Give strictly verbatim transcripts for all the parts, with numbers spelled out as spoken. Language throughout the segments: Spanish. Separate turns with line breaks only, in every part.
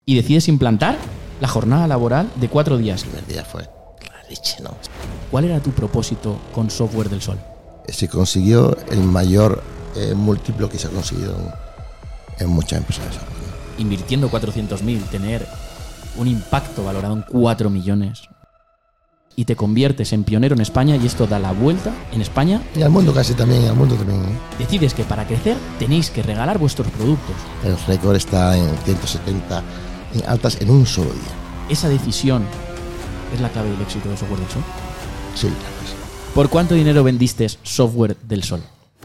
y decides implantar la jornada laboral de cuatro días.
El primer día fue la leche, ¿no?
¿Cuál era tu propósito con Software del Sol?
Se consiguió el mayor eh, múltiplo que se ha conseguido en, en muchas empresas de software.
Invirtiendo cuatrocientos mil, tener un impacto valorado en cuatro millones y te conviertes en pionero en España, y esto da la vuelta en España.
Y al mundo casi también, al mundo también. ¿eh?
Decides que para crecer tenéis que regalar vuestros productos.
El récord está en ciento setenta altas en un solo día.
Esa decisión es la clave del éxito de Software del Sol.
Sí, claro que sí.
¿Por cuánto dinero vendiste Software del Sol?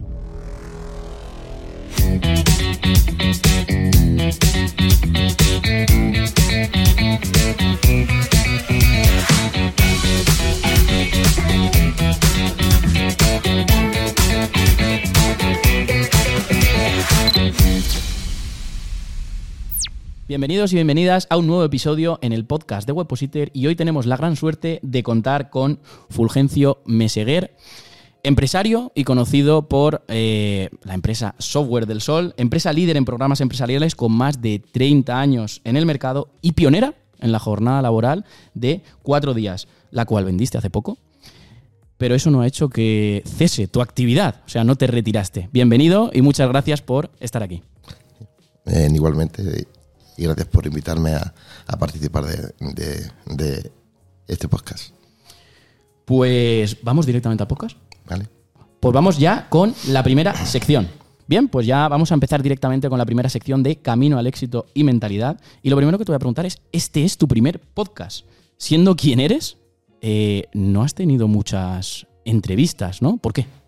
Bienvenidos y bienvenidas a un nuevo episodio en el podcast de Webpositor, y hoy tenemos la gran suerte de contar con Fulgencio Meseguer, empresario y conocido por eh, la empresa Software del Sol, empresa líder en programas empresariales con más de treinta años en el mercado y pionera en la jornada laboral de cuatro días, la cual vendiste hace poco. Pero eso no ha hecho que cese tu actividad, o sea, no te retiraste. Bienvenido y muchas gracias por estar aquí.
Eh, igualmente, y gracias por invitarme a, a participar de, de, de este podcast.
Pues vamos directamente al podcast.
Vale.
Pues vamos ya con la primera sección. Bien, pues ya vamos a empezar directamente con la primera sección de Camino al Éxito y Mentalidad. Y lo primero que te voy a preguntar es, ¿este es tu primer podcast? Siendo quien eres, eh, no has tenido muchas entrevistas, ¿no? ¿Por qué?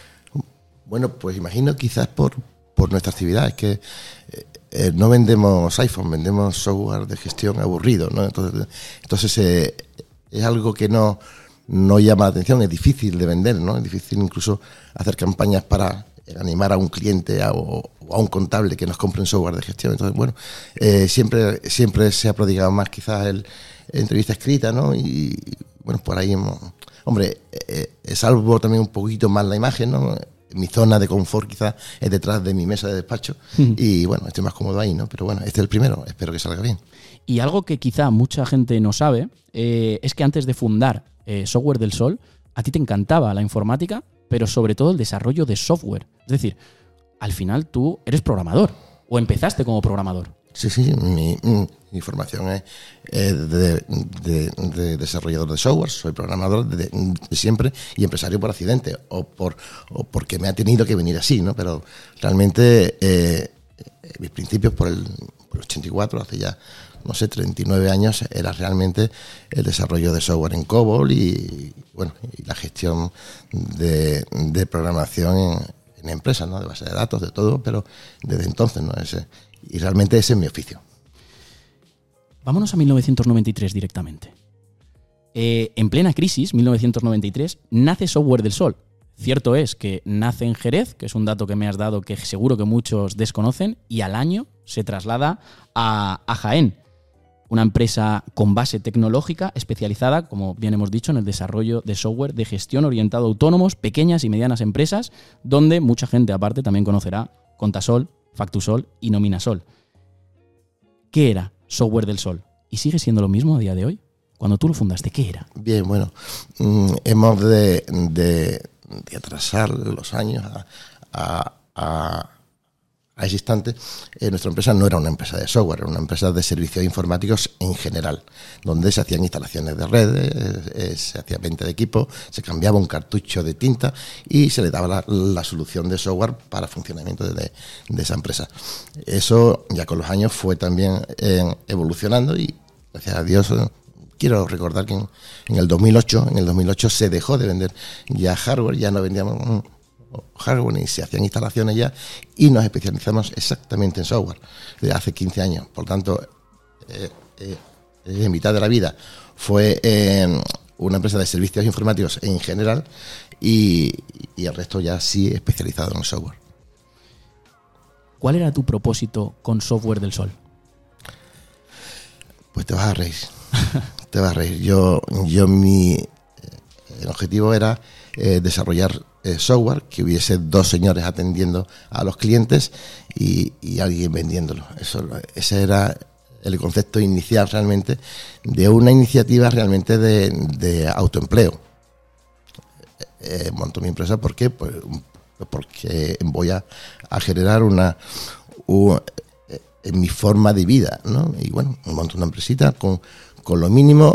Bueno, pues imagino quizás por, por nuestra actividad. Es que eh, eh, no vendemos iPhone, vendemos software de gestión aburrido, ¿no? Entonces, entonces eh, es algo que no... no llama la atención, es difícil de vender, ¿no? Es difícil incluso hacer campañas para animar a un cliente a, o, o a un contable que nos compre un software de gestión. Entonces, bueno, eh, siempre siempre se ha prodigado más quizás el, el entrevista escrita, ¿no? Y, bueno, por ahí hemos... Hombre, eh, eh, salvo también un poquito más la imagen, ¿no? Mi zona de confort quizás es detrás de mi mesa de despacho uh-huh. Y, bueno, estoy más cómodo ahí, ¿no? Pero bueno, este es el primero, espero que salga bien.
Y algo que quizá mucha gente no sabe eh, es que antes de fundar Eh, Software del Sol, a ti te encantaba la informática, pero sobre todo el desarrollo de software. Es decir, al final tú eres programador, o empezaste como programador.
Sí, sí, mi, mi formación es, es de, de, de desarrollador de software, soy programador de, de siempre y empresario por accidente, o por o porque me ha tenido que venir así, ¿no? Pero realmente eh, mis principios por el, por el ochenta y cuatro, hace ya no sé, treinta y nueve años, era realmente el desarrollo de software en COBOL y, bueno, y la gestión de, de programación en, en empresas, ¿no? De base de datos, de todo, pero desde entonces, ¿no? Ese, y realmente ese es mi oficio.
Vámonos a mil novecientos noventa y tres directamente. Eh, en plena crisis, mil novecientos noventa y tres, nace Software del Sol. Cierto es que nace en Jerez, que es un dato que me has dado que seguro que muchos desconocen, y al año se traslada a, a Jaén. Una empresa con base tecnológica especializada, como bien hemos dicho, en el desarrollo de software de gestión orientado a autónomos, pequeñas y medianas empresas, donde mucha gente aparte también conocerá Contasol, Factusol y Nominasol. ¿Qué era Software del Sol? ¿Y sigue siendo lo mismo a día de hoy? Cuando tú lo fundaste, ¿qué era?
Bien, bueno, mm, hemos de, de, de atrasar los años a... a, a a ese instante, eh, nuestra empresa no era una empresa de software, era una empresa de servicios informáticos en general, donde se hacían instalaciones de redes, eh, eh, se hacía venta de equipo, se cambiaba un cartucho de tinta y se le daba la, la solución de software para funcionamiento de, de esa empresa. Eso ya con los años fue también eh, evolucionando y, gracias a Dios, eh, quiero recordar que en, en el dos mil ocho, en el dos mil ocho se dejó de vender ya hardware, ya no vendíamos... Mm, hardware y se hacían instalaciones ya y nos especializamos exactamente en software desde hace quince años. Por tanto, eh, eh, en mitad de la vida fue eh, una empresa de servicios informáticos en general y, y el resto ya sí especializado en el software.
¿Cuál era tu propósito con Software del Sol?
Pues te vas a reír. te vas a reír. Yo, yo mi el objetivo era eh, desarrollar eh, software, que hubiese dos señores atendiendo a los clientes y, y alguien vendiéndolo. Eso, ese era el concepto inicial realmente de una iniciativa realmente de, de autoempleo. Eh, monto mi empresa, ¿por qué? Pues porque voy a, a generar una, una en mi forma de vida, ¿no? Y bueno, monto una empresita con, con lo mínimo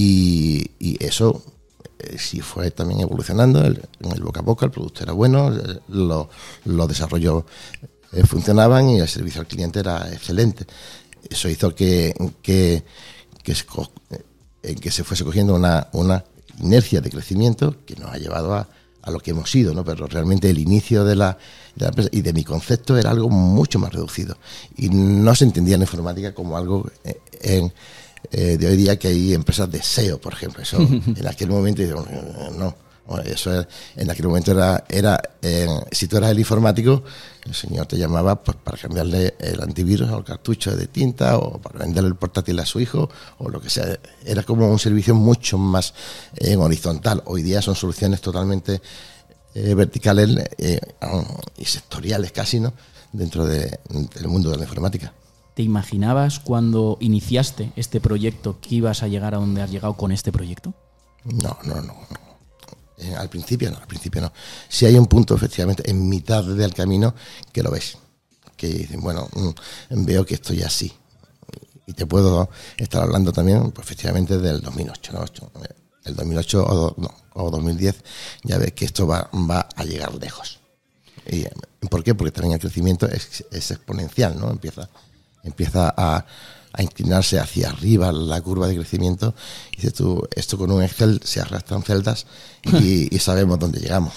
y, y eso eh, sí fue también evolucionando el, en el boca a boca, el producto era bueno, los lo desarrollos eh, funcionaban y el servicio al cliente era excelente. Eso hizo que, que, que, se, eh, que se fuese cogiendo una, una inercia de crecimiento que nos ha llevado a, a lo que hemos sido, ¿no? Pero realmente el inicio de la, de la empresa y de mi concepto era algo mucho más reducido y no se entendía en la informática como algo eh, en, eh, de hoy día, que hay empresas de S E O, por ejemplo. Eso en aquel momento no, eso en aquel momento era, era eh, si tú eras el informático, el señor te llamaba pues para cambiarle el antivirus al cartucho de tinta o para venderle el portátil a su hijo o lo que sea. Era como un servicio mucho más eh, horizontal. Hoy día son soluciones totalmente eh, verticales eh, y sectoriales casi, ¿no? Dentro de, del mundo de la informática.
¿Te imaginabas cuando iniciaste este proyecto que ibas a llegar a donde has llegado con este proyecto?
No, no, no, no. Eh, al principio no, al principio no. Si hay un punto, efectivamente, en mitad del camino que lo ves, que dicen, bueno, mmm, veo que estoy así. Y te puedo estar hablando también, pues, efectivamente, del dos mil ocho, ¿no? El dos mil ocho o, no, o dos mil diez, ya ves que esto va, va a llegar lejos. ¿Y por qué? Porque también el crecimiento es, es exponencial, ¿no? Empieza, empieza a... a inclinarse hacia arriba la curva de crecimiento, y dices tú, esto con un Excel se arrastran celdas y, y sabemos dónde llegamos.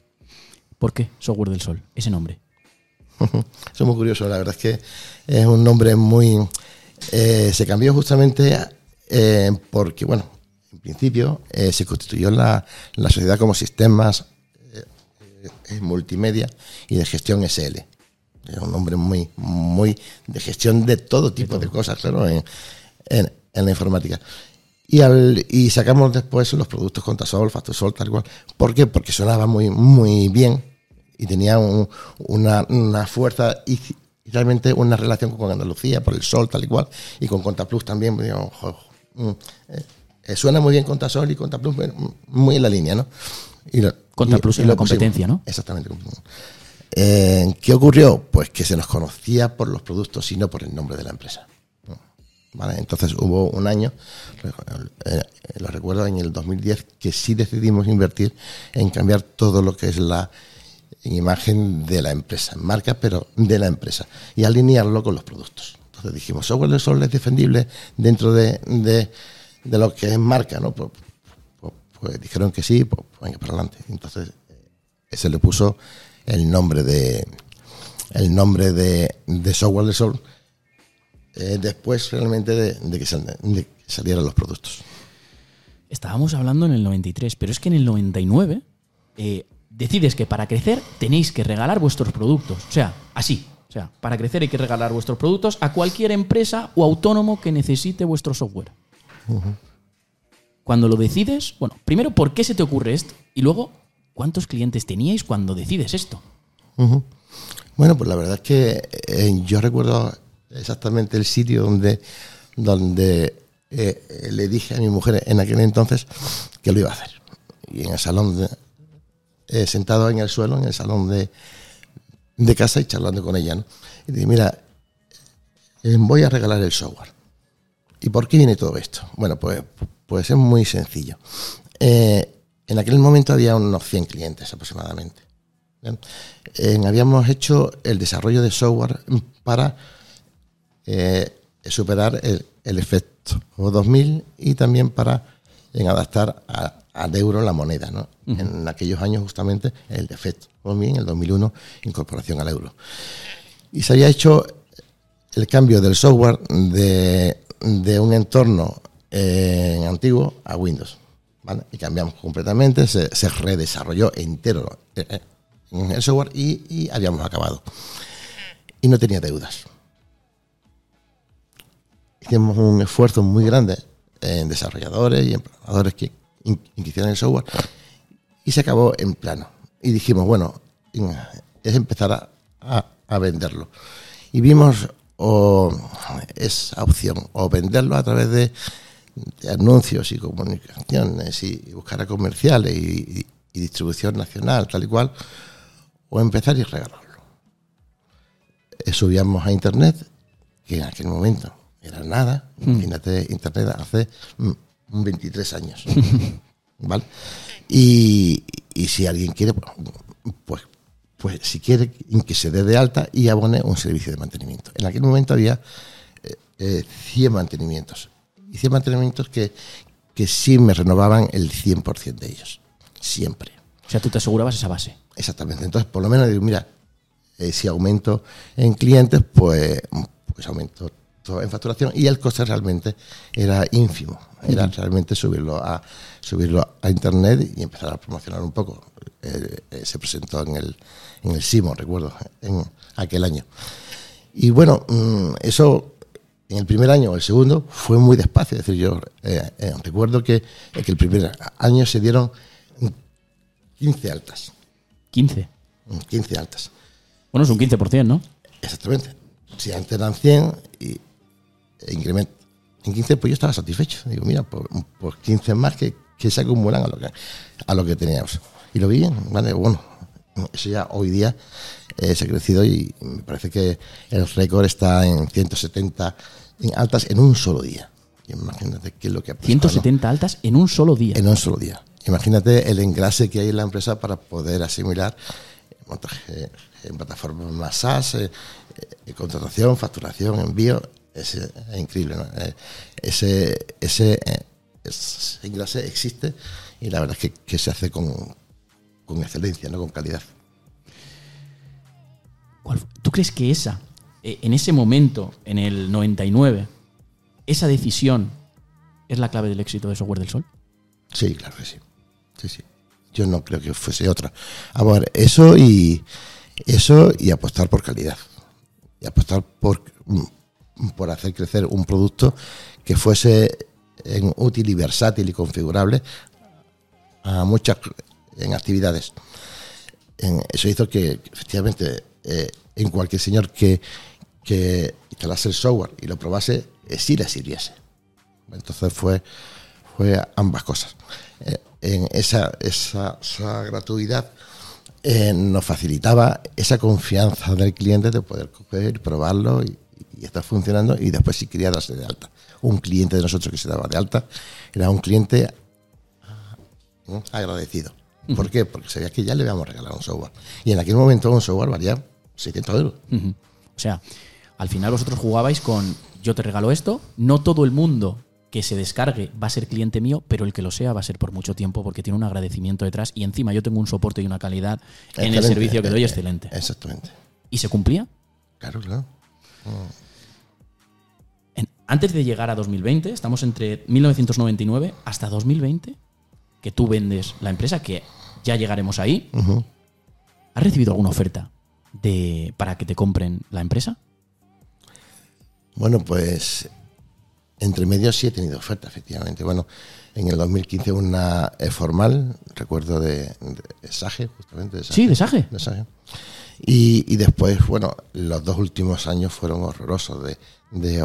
¿Por qué Software del Sol, ese nombre?
Eso es muy curioso, la verdad es que es un nombre muy... Eh, se cambió justamente eh, porque, bueno, en principio eh, se constituyó la, la sociedad como sistemas eh, eh, multimedia y de gestión S L. Es un nombre muy, muy de gestión de todo tipo de, todo. de cosas, claro, en, en, en la informática. Y, al, y sacamos después los productos Contasol, Factosol, tal cual. ¿Por qué? Porque sonaba muy, muy bien y tenía un, una, una fuerza y, y realmente una relación con Andalucía, por el Sol, tal y cual. Y con Contaplus también, digamos, eh, eh, suena muy bien Contasol y Contaplus, muy en la línea, ¿no? Y lo,
Contaplus y, y la competencia,
pusimos,
¿no?
Exactamente. Eh, ¿Qué ocurrió? Pues que se nos conocía por los productos y no por el nombre de la empresa. ¿Vale? Entonces hubo un año, eh, lo recuerdo, en el dos mil diez, que sí decidimos invertir en cambiar todo lo que es la imagen de la empresa, marca, pero de la empresa, y alinearlo con los productos. Entonces dijimos, Software del Sol es defendible dentro de, de, de lo que es marca, ¿no? Pues, pues, pues dijeron que sí, pues, pues venga para adelante. Entonces eh, se le puso el nombre de el nombre de, de Software del Sol eh, después realmente de, de, que sal, de que salieran los productos.
Estábamos hablando en el noventa y tres, pero es que en el noventa y nueve eh, decides que para crecer tenéis que regalar vuestros productos. O sea, así. O sea, para crecer hay que regalar vuestros productos a cualquier empresa o autónomo que necesite vuestro software. Uh-huh. Cuando lo decides, bueno, primero, ¿por qué se te ocurre esto? Y luego, ¿cuántos clientes teníais cuando decides esto?
Uh-huh. Bueno, pues la verdad es que eh, yo recuerdo exactamente el sitio donde, donde eh, le dije a mi mujer en aquel entonces que lo iba a hacer. Y en el salón, de, eh, sentado en el suelo, en el salón de, de casa y charlando con ella, ¿no? Y dije, mira, eh, voy a regalar el software. ¿Y por qué viene todo esto? Bueno, pues, pues es muy sencillo. Eh, en aquel momento había unos cien clientes aproximadamente. Eh, habíamos hecho el desarrollo de software para eh, superar el, el efecto dos mil y también para en adaptar a, al euro la moneda, ¿no? Uh-huh. En aquellos años justamente el efecto dos mil, en el dos mil uno incorporación al euro. Y se había hecho el cambio del software de, de un entorno eh, antiguo a Windows, ¿vale? Y cambiamos completamente, se, se redesarrolló entero eh, el software y, y habíamos acabado. Y no tenía deudas. Hicimos un esfuerzo muy grande en desarrolladores y en programadores que, que hicieran el software y se acabó en plano. Y dijimos, bueno, es empezar a, a, a venderlo. Y vimos o esa opción, o venderlo a través de, de anuncios y comunicaciones y, y buscar a comerciales y, y, y distribución nacional, tal y cual, o empezar y regalarlo. Eh, subíamos a internet, que en aquel momento era nada, mm. imagínate internet hace mm, veintitrés años, ¿vale? Y, y si alguien quiere, pues, pues si quiere que se dé de alta y abone un servicio de mantenimiento. En aquel momento había eh, eh, cien mantenimientos, y cien mantenimientos que, que sí me renovaban el cien por ciento de ellos, siempre.
O sea, tú te asegurabas esa base.
Exactamente. Entonces, por lo menos digo, mira, eh, si aumento en clientes, pues, pues aumento todo en facturación, y el coste realmente era ínfimo. Era uh-huh. realmente subirlo a subirlo a internet y empezar a promocionar un poco. Eh, eh, se presentó en el en el SIMO, recuerdo, en aquel año. Y bueno, mmm, eso en el primer año o el segundo fue muy despacio. Es decir, yo eh, eh, recuerdo que, eh, que el primer año se dieron quince altas.
¿quince?
quince altas.
Bueno, es un quince por ciento, ¿no?
Exactamente. Si antes eran cien y e incremento en quince, pues yo estaba satisfecho. Digo, mira, por, por quince más que, que se acumulan a lo que, a lo que teníamos. Y lo vi bien, ¿vale? Bueno, eso ya hoy día eh, se ha crecido y me parece que el récord está en ciento setenta altas en un solo día. Imagínate qué es lo que ha pasado.
ciento setenta altas en un solo día.
En un solo día. Imagínate el engrase que hay en la empresa para poder asimilar montaje en plataformas más SaaS, eh, eh, contratación, facturación, envío. Es, es increíble, ¿no? Eh, ese, ese, eh, ese engrase existe y la verdad es que, que se hace con, con excelencia, ¿no? Con calidad.
¿Tú crees que esa, eh, en ese momento, en el noventa y nueve, esa decisión es la clave del éxito de Software del Sol?
Sí, claro que sí. Sí, sí. Yo no creo que fuese otra. A ver, eso y eso y apostar por calidad. Y apostar por, por hacer crecer un producto que fuese en útil y versátil y configurable a muchas en actividades. En, eso hizo que, efectivamente, eh, en cualquier señor que, que instalase el software y lo probase, eh, sí le sirviese. Entonces fue, fue ambas cosas. Eh, en esa, esa, esa gratuidad eh, nos facilitaba esa confianza del cliente de poder coger, probarlo y, y estar funcionando, y después si quería darse de alta. Un cliente de nosotros que se daba de alta era un cliente ¿no? agradecido. Uh-huh. ¿Por qué? Porque sabía que ya le habíamos regalado un software. Y en aquel momento un software valía seiscientos euros.
Uh-huh. O sea, al final vosotros jugabais con yo te regalo esto, no todo el mundo que se descargue va a ser cliente mío, pero el que lo sea va a ser por mucho tiempo porque tiene un agradecimiento detrás y encima yo tengo un soporte y una calidad excelente, en el servicio que doy excelente.
Exactamente.
¿Y se cumplía?
Claro, claro. Oh.
En, antes de llegar a dos mil veinte, estamos entre mil novecientos noventa y nueve hasta dos mil veinte, que tú vendes la empresa, que ya llegaremos ahí.
Uh-huh.
¿Has recibido alguna oferta de para que te compren la empresa?
Bueno, pues entre medios sí he tenido oferta, efectivamente. Bueno, en el dos mil quince una eh, formal, recuerdo de, de Sage, justamente. De Sage,
sí, de Sage.
De Sage. Y, y después, bueno, los dos últimos años fueron horrorosos de, de,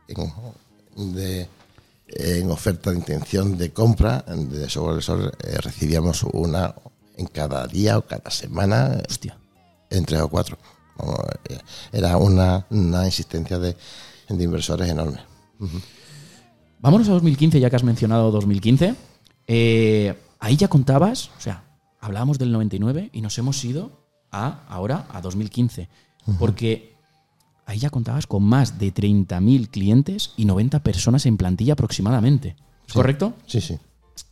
en, de en oferta de intención de compra de Software del Sol. Eh, recibíamos una en cada día o cada semana.
Hostia. En
tres o cuatro. Bueno, eh, era una, una insistencia de, de inversores enorme. Uh-huh.
Vámonos a dos mil quince, ya que has mencionado dos mil quince. Eh, ahí ya contabas, o sea, hablábamos del noventa y nueve y nos hemos ido a ahora a dos mil quince. Uh-huh. Porque ahí ya contabas con más de treinta mil clientes y noventa personas en plantilla aproximadamente. ¿Es
sí.
correcto?
Sí, sí.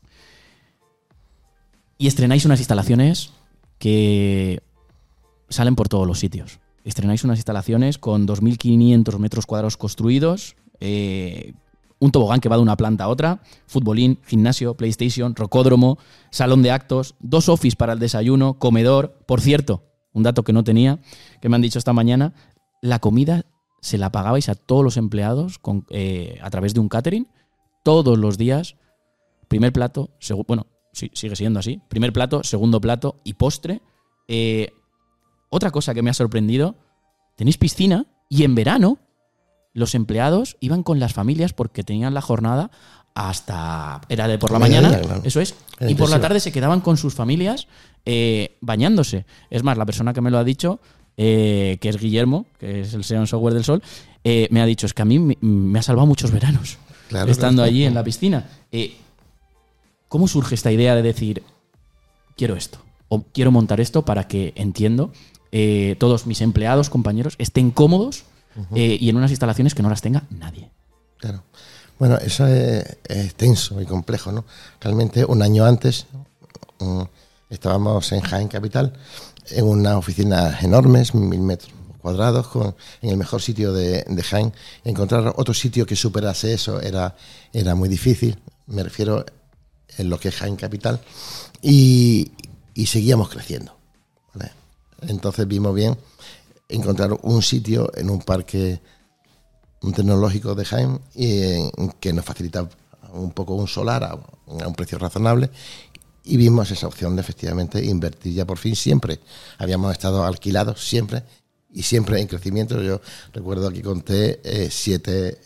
Y estrenáis unas instalaciones que salen por todos los sitios. Estrenáis unas instalaciones con dos mil quinientos metros cuadrados construidos, eh, un tobogán que va de una planta a otra, futbolín, gimnasio, PlayStation, rocódromo, salón de actos, dos office para el desayuno, comedor. Por cierto, un dato que no tenía, que me han dicho esta mañana, la comida se la pagabais a todos los empleados con, eh, a través de un catering, todos los días, primer plato, seg- bueno, sí, sigue siendo así, primer plato, segundo plato y postre. Eh, otra cosa que me ha sorprendido, tenéis piscina y en verano los empleados iban con las familias porque tenían la jornada hasta... Era de por la mañana,
mañana claro.
Eso es. Y por la tarde se quedaban con sus familias eh, bañándose. Es más, la persona que me lo ha dicho, eh, que es Guillermo, que es el S E O en Software del Sol, eh, me ha dicho, es que a mí me, me ha salvado muchos veranos claro, estando claro. allí en la piscina. Eh, ¿Cómo surge esta idea de decir, quiero esto? O quiero montar esto para que, entiendo, eh, todos mis empleados, compañeros, estén cómodos uh-huh. eh, y en unas instalaciones que no las tenga nadie.
Claro. Bueno, eso es, es tenso y complejo, ¿no? Realmente un año antes um, estábamos en Jaén Capital, en unas oficinas enormes, mil metros cuadrados, con, en el mejor sitio de, de Jaén. Encontrar otro sitio que superase eso era, era muy difícil, me refiero en lo que es Jaén Capital, y, y seguíamos creciendo, ¿vale? Entonces vimos bien encontrar un sitio en un parque un tecnológico de Jaén y, eh, que nos facilita un poco un solar a, a un precio razonable, y vimos esa opción de efectivamente invertir ya por fin. Siempre habíamos estado alquilados, siempre, y siempre en crecimiento. Yo recuerdo que conté eh, siete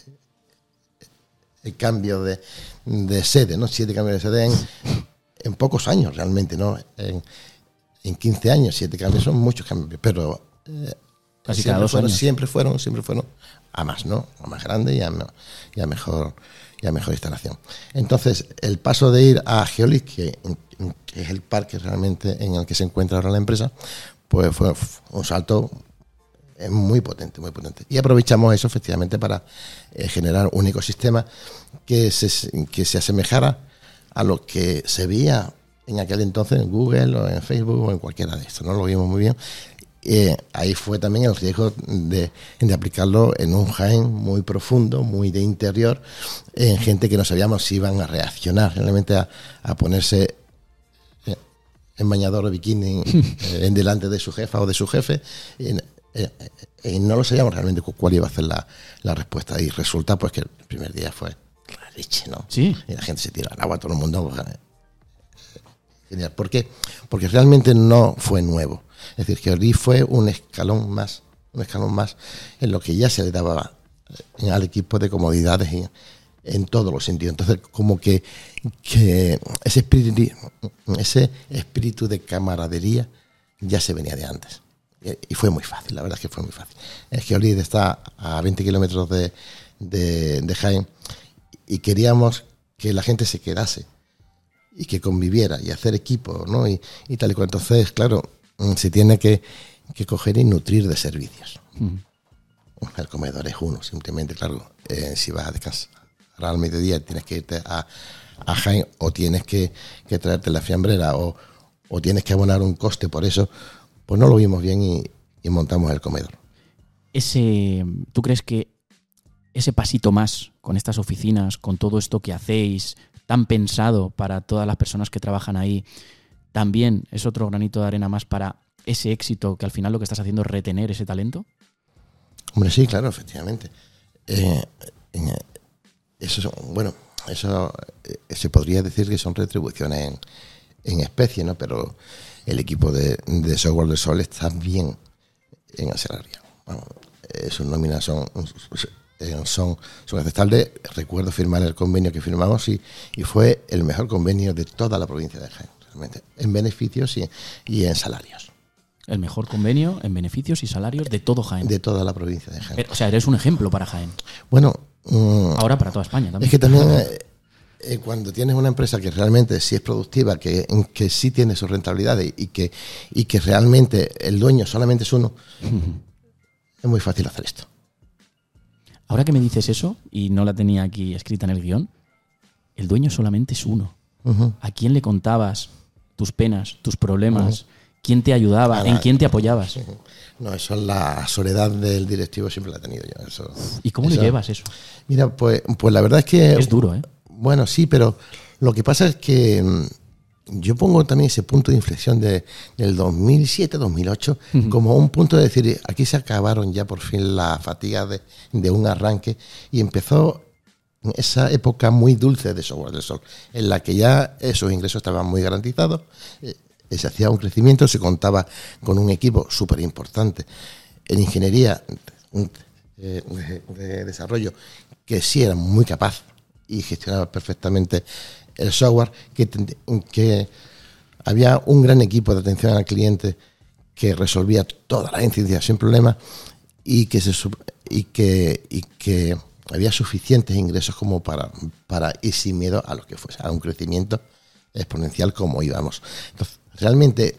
eh, cambios de, de sede, ¿no? Siete cambios de sede en, en pocos años realmente, ¿no? En, en quince años, siete cambios son muchos cambios, pero eh,
casi cada dos
fueron,
años. Siempre
fueron, siempre fueron a más, ¿no? A más grande y a, y a mejor y a mejor instalación. Entonces, el paso de ir a Geolis, que, que es el parque realmente en el que se encuentra ahora la empresa, pues fue un salto muy potente, muy potente. Y aprovechamos eso efectivamente para eh, generar un ecosistema que se, que se asemejara a lo que se veía en aquel entonces en Google o en Facebook o en cualquiera de estos, ¿no? Lo vimos muy bien. Eh, ahí fue también el riesgo de, de aplicarlo en un Jaén muy profundo, muy de interior, en gente que no sabíamos si iban a reaccionar realmente a, a ponerse eh, en bañador o bikini eh, en delante de su jefa o de su jefe. Y, eh, eh, no lo sabíamos realmente cuál iba a ser la, la respuesta, y resulta pues que el primer día fue la leche, ¿no?
Sí.
Y la gente se tira al agua, todo el mundo. Pues, eh, genial. ¿Por qué? Porque realmente no fue nuevo. Es decir, que fue un escalón más, un escalón más en lo que ya se le daba al equipo de comodidades en, en todos los sentidos. Entonces, como que, que ese espíritu, ese espíritu de camaradería ya se venía de antes. Y fue muy fácil, la verdad es que fue muy fácil. Es que Geolis está a veinte kilómetros de, de, de Jaén, y queríamos que la gente se quedase y que conviviera y hacer equipo, ¿no? Y, y tal y cual. Entonces, claro, se tiene que, que coger y nutrir de servicios. Mm. El comedor es uno, simplemente, claro, eh, si vas a descansar al mediodía tienes que irte a, a Jaén, o tienes que, que traerte la fiambrera, o, o tienes que abonar un coste por eso, pues no lo vimos bien y, y montamos el comedor.
Ese, ¿tú crees que ese pasito más con estas oficinas, con todo esto que hacéis, tan pensado para todas las personas que trabajan ahí, también es otro granito de arena más para ese éxito, que al final lo que estás haciendo es retener ese talento?
Hombre, sí, claro, efectivamente. Eh, eh, eso, bueno, eso eh, se podría decir que son retribuciones en, en especie, ¿no? Pero el equipo de, de Software del Sol está bien en el salario. Bueno, eh, sus nóminas son, son, son aceptables. Recuerdo firmar el convenio que firmamos y, y fue el mejor convenio de toda la provincia de Jaén, realmente, en beneficios y, y en salarios.
El mejor convenio en beneficios y salarios de todo Jaén.
De toda la provincia de Jaén.
O sea, eres un ejemplo para Jaén.
Bueno, um,
ahora para toda España también.
Es que también eh, eh, cuando tienes una empresa que realmente sí es productiva, que, que sí tiene sus rentabilidades y que, y que realmente el dueño solamente es uno, uh-huh. es muy fácil hacer esto.
Ahora que me dices eso, y no la tenía aquí escrita en el guión, el dueño solamente es uno. Uh-huh. ¿A quién le contabas tus penas, tus problemas? Uh-huh. ¿Quién te ayudaba? Nada, ¿en quién te apoyabas?
No, eso es la soledad del directivo, siempre la he tenido yo. Eso,
¿Y cómo
eso,
lo llevas eso?
Mira, pues, pues la verdad es que...
Es duro, ¿eh?
Bueno, sí, pero lo que pasa es que yo pongo también ese punto de inflexión de, del dos mil siete, dos mil ocho uh-huh. como un punto de decir, aquí se acabaron ya por fin las fatigas de, de un arranque, y empezó esa época muy dulce de Software del Sol, en la que ya esos ingresos estaban muy garantizados, eh, se hacía un crecimiento, se contaba con un equipo súper importante en ingeniería, eh, de, de desarrollo que sí era muy capaz y gestionaba perfectamente el software, que, que había un gran equipo de atención al cliente que resolvía todas las incidencias sin problema y que, se, y que, y que había suficientes ingresos como para, para ir sin miedo a lo que fuese, a un crecimiento exponencial como íbamos. Entonces, realmente,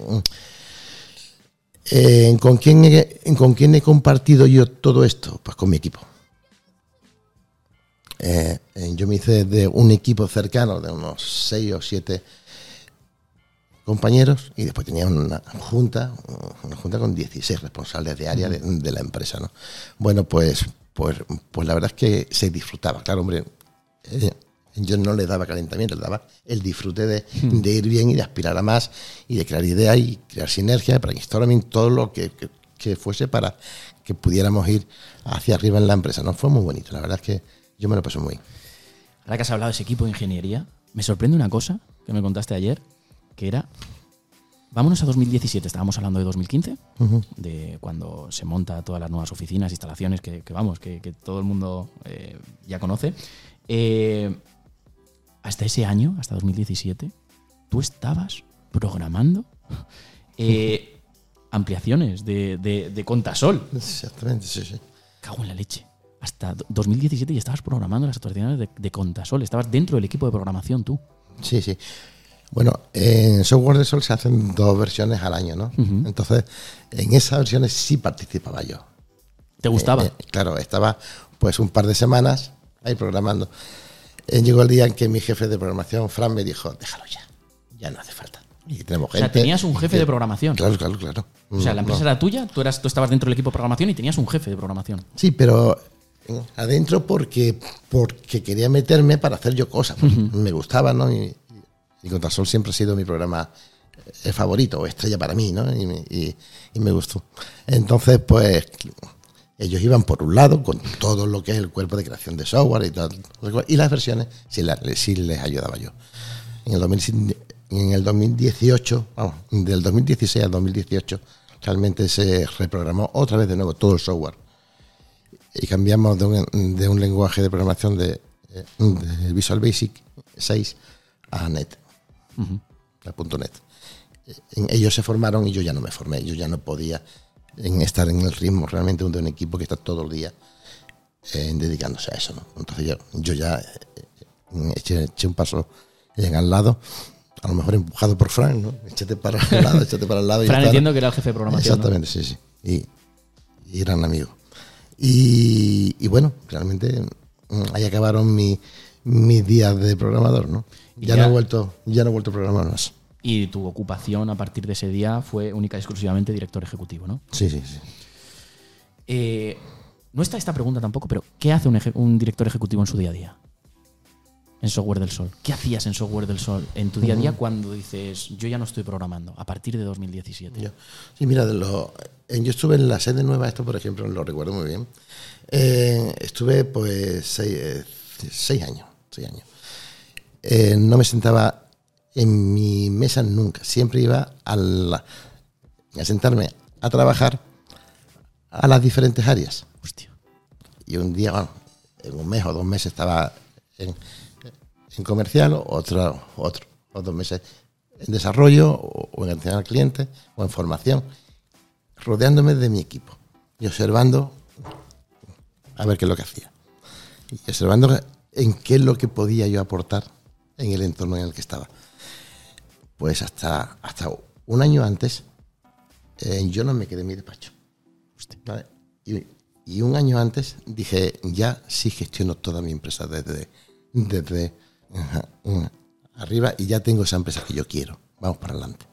eh, ¿con quién he, ¿con quién he compartido yo todo esto? Pues con mi equipo. Eh, yo me hice de un equipo cercano de unos seis o siete compañeros y después tenía una junta, una junta con dieciséis responsables de área de, de la empresa, ¿no? Bueno, pues, pues, pues la verdad es que se disfrutaba, claro, hombre. Eh, yo no le daba calentamiento, le daba el disfrute de, de ir bien y de aspirar a más y de crear ideas y crear sinergia, brainstorming, todo lo que, que, que fuese para que pudiéramos ir hacia arriba en la empresa, ¿no? Fue muy bonito, la verdad es que yo me lo pasé muy bien.
Ahora que has hablado de ese equipo de ingeniería, me sorprende una cosa que me contaste ayer, que era, vámonos a dos mil diecisiete, estábamos hablando de dos mil quince, uh-huh. de cuando se monta todas las nuevas oficinas, instalaciones que, que vamos, que, que todo el mundo eh, ya conoce. Eh, hasta ese año, hasta dos mil diecisiete, tú estabas programando eh, uh-huh. ampliaciones de, de, de Contasol.
Exactamente, sí, sí.
Cago en la leche. Hasta dos mil diecisiete ya estabas programando las actualizaciones de, de Contasol, estabas dentro del equipo de programación tú.
Sí, sí. Bueno, en Software del Sol se hacen dos versiones al año, ¿no? Uh-huh. Entonces, en esas versiones sí participaba yo.
¿Te gustaba?
Eh, eh, claro, estaba pues un par de semanas ahí programando. Eh, llegó el día en que mi jefe de programación, Fran, me dijo, déjalo ya, ya no hace falta. Y tenemos gente.
O sea, tenías un jefe
que,
de programación.
Claro, claro, claro.
O sea, la empresa no. era tuya, tú, eras, tú estabas dentro del equipo de programación y tenías un jefe de programación.
Sí, pero adentro porque, porque quería meterme para hacer yo cosas. Uh-huh. Me gustaba, ¿no? Y, y Contasol siempre ha sido mi programa favorito, o estrella para mí, ¿no? Y, y, y me gustó. Entonces, pues, ellos iban por un lado con todo lo que es el cuerpo de creación de software y todo, y las versiones sí, la, sí les ayudaba yo. En el, dos mil, en el dos mil dieciocho, vamos, del dos mil dieciséis al dos mil dieciocho, realmente se reprogramó otra vez de nuevo todo el software. Y cambiamos de un, de un lenguaje de programación de, de Visual Basic seis a Net, uh-huh. a punto net. Ellos se formaron y yo ya no me formé, yo ya no podía en estar en el ritmo realmente de un equipo que está todo el día eh, dedicándose a eso, ¿no? Entonces yo, yo ya eh, eché, eché un paso en al lado, a lo mejor empujado por Fran, ¿no? Échate para el lado, échate para el lado.
Fran,
y
entiendo que era el jefe de programación.
Exactamente,
¿no?
sí, sí. Y, y gran amigo. Y, y bueno, realmente ahí acabaron mi, mis días de programador, ¿no? Ya, ya no he vuelto, ya no he vuelto a programar más.
Y tu ocupación a partir de ese día fue única y exclusivamente director ejecutivo, ¿no?
Sí, sí, sí.
Eh, no está esta pregunta tampoco, pero ¿qué hace un, eje- un director ejecutivo en su día a día? En Software del Sol. ¿Qué hacías en Software del Sol en tu día a día uh-huh. cuando dices, yo ya no estoy programando, a partir de dos mil diecisiete?
Yo, sí, mira, de lo, yo estuve en la sede nueva, esto por ejemplo, lo recuerdo muy bien. Eh, estuve pues seis, eh, seis años, seis años. Eh, no me sentaba en mi mesa nunca, siempre iba a, la, a sentarme a trabajar a las diferentes áreas.
Hostia.
Y un día, bueno, en un mes o dos meses estaba en, en comercial, otro, otro, otros meses en desarrollo o, o en atención al cliente o en formación, rodeándome de mi equipo y observando a ver qué es lo que hacía. Y observando en qué es lo que podía yo aportar en el entorno en el que estaba. Pues hasta, hasta un año antes eh, yo no me quedé en mi despacho. ¿Vale? Y, y un año antes dije, ya sí gestiono toda mi empresa desde, desde uh, uh, arriba y ya tengo esa empresa que yo quiero. Vamos para adelante.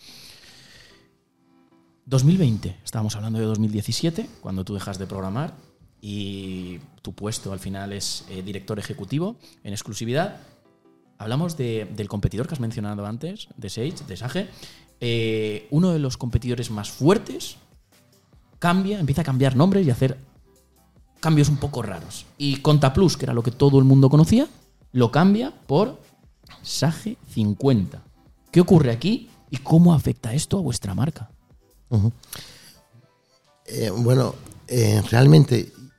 dos mil veinte, estábamos hablando de dos mil diecisiete, cuando tú dejas de programar y tu puesto al final es eh, director ejecutivo en exclusividad. Hablamos de, del competidor que has mencionado antes, de Sage, de Sage. Eh, uno de los competidores más fuertes cambia, empieza a cambiar nombres y a hacer cambios un poco raros. Y Contaplus, que era lo que todo el mundo conocía, lo cambia por Sage cincuenta. ¿Qué ocurre aquí y cómo afecta esto a vuestra marca?
Uh-huh. Eh, bueno, eh, realmente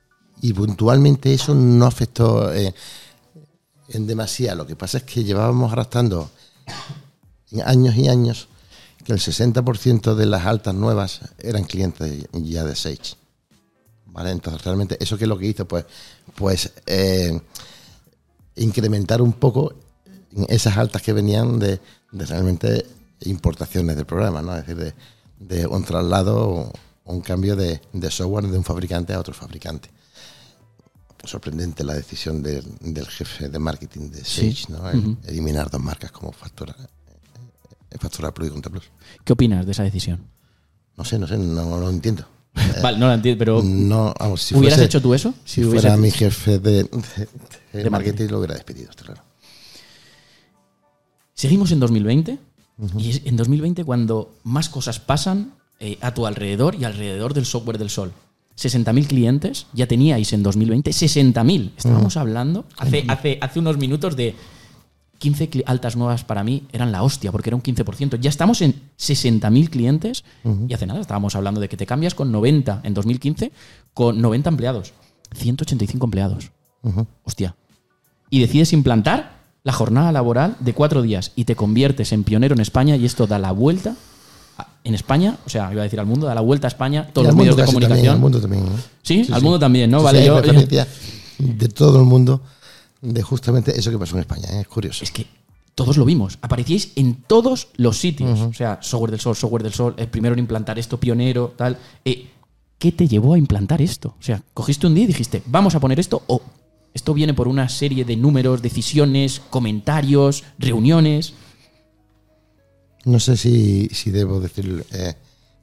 y puntualmente eso no afectó eh, en demasía. Lo que pasa es que llevábamos arrastrando años y años que el sesenta por ciento de las altas nuevas eran clientes ya de Sage. ¿Vale? Entonces realmente eso que es lo que hizo, pues, pues eh, incrementar un poco esas altas que venían de, de realmente importaciones del programa, ¿no? Es decir, de, de un traslado o un cambio de, de software de un fabricante a otro fabricante. Sorprendente la decisión de, del jefe de marketing de Sage, sí. ¿no? El, uh-huh. Eliminar dos marcas como Factura, Factura Plus y Conta Plus.
¿Qué opinas de esa decisión?
No sé, no sé, no, no lo entiendo.
Vale, no lo entiendo, pero
no, vamos, si
¿hubieras
fuese,
hecho tú eso?
Si, si fuera mi jefe de, de, de, de marketing, marketing, lo hubiera despedido, está claro.
Seguimos en dos mil veinte, uh-huh. y es en dos mil veinte cuando más cosas pasan eh, a tu alrededor y alrededor del software del Sol. sesenta mil clientes, ya teníais en dos mil veinte, sesenta mil. Estábamos uh-huh. hablando hace, uh-huh. hace, hace unos minutos de quince cli- altas nuevas para mí, eran la hostia, porque era un quince por ciento. Ya estamos en sesenta mil clientes uh-huh. y hace nada estábamos hablando de que te cambias con noventa en dos mil quince, con noventa empleados, ciento ochenta y cinco empleados. Uh-huh. Hostia. Y decides implantar la jornada laboral de cuatro días y te conviertes en pionero en España y esto da la vuelta en España, o sea, iba a decir al mundo, da la vuelta a España, todos los medios de comunicación.
También, al mundo también, ¿no?
¿Sí?
Sí,
al
sí.
mundo también, ¿no?
Sí,
vale,
sí,
yo,
hay referencia yo... de todo el mundo de justamente eso que pasó en España, ¿eh? Es curioso.
Es que todos lo vimos, aparecíais en todos los sitios,
uh-huh.
o sea, software del Sol, software del Sol, el primero en implantar esto, pionero, tal. Eh, ¿Qué te llevó a implantar esto? O sea, cogiste un día y dijiste, vamos a poner esto, o esto viene por una serie de números, decisiones, comentarios, reuniones.
No sé si, si debo decir eh,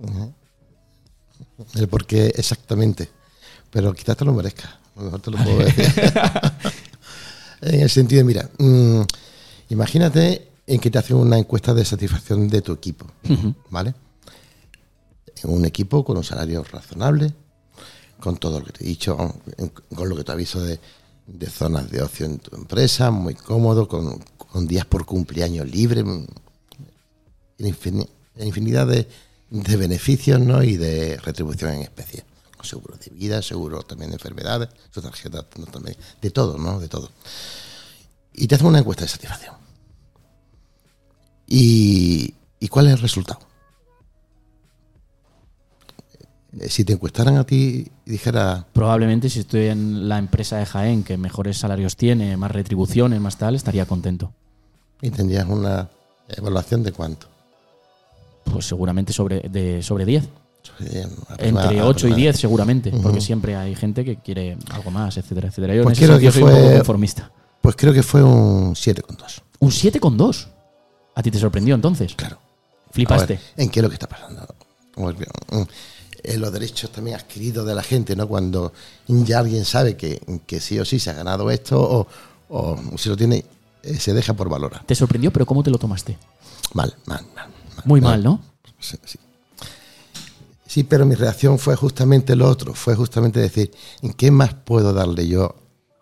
el por qué exactamente, pero quizás te lo merezca. A lo mejor te lo puedo decir. En el sentido de, mira, mmm, imagínate en que te hacen una encuesta de satisfacción de tu equipo, uh-huh. ¿vale? En un equipo con un salario razonable, con todo lo que te he dicho, con lo que te aviso de, de zonas de ocio en tu empresa, muy cómodo, con, con días por cumpleaños libre, infinidad de, de beneficios, ¿no? Y de retribución en especie. Seguro de vida, seguro también de enfermedades, su tarjeta, no, también, de todo, ¿no? De todo. Y te hacen una encuesta de satisfacción. ¿Y, ¿y cuál es el resultado? Si te encuestaran a ti y dijera...
Probablemente si estoy en la empresa de Jaén, que mejores salarios tiene, más retribuciones, más tal, estaría contento.
¿Y tendrías una evaluación de cuánto?
Pues seguramente sobre, de, sobre diez.
Sobre,
Entre ocho y diez seguramente, uh-huh. porque siempre hay gente que quiere algo más, etcétera, etcétera. Yo
pues
en ese sentido soy
fue,
un poco conformista.
Pues creo que fue un siete coma dos.
¿Un siete coma dos? ¿A ti te sorprendió entonces?
Claro.
¿Flipaste?
Ver, ¿en qué es lo que está pasando? En los derechos también adquiridos de la gente, ¿no? Cuando ya alguien sabe que, que sí o sí se ha ganado esto o, o si lo tiene, eh, se deja por valorar.
¿Te sorprendió, pero cómo te lo tomaste?
Mal, mal, mal. mal
Muy
mal,
mal, ¿no?
Sí, sí. Sí, pero mi reacción fue justamente lo otro, fue justamente decir, ¿en qué más puedo darle yo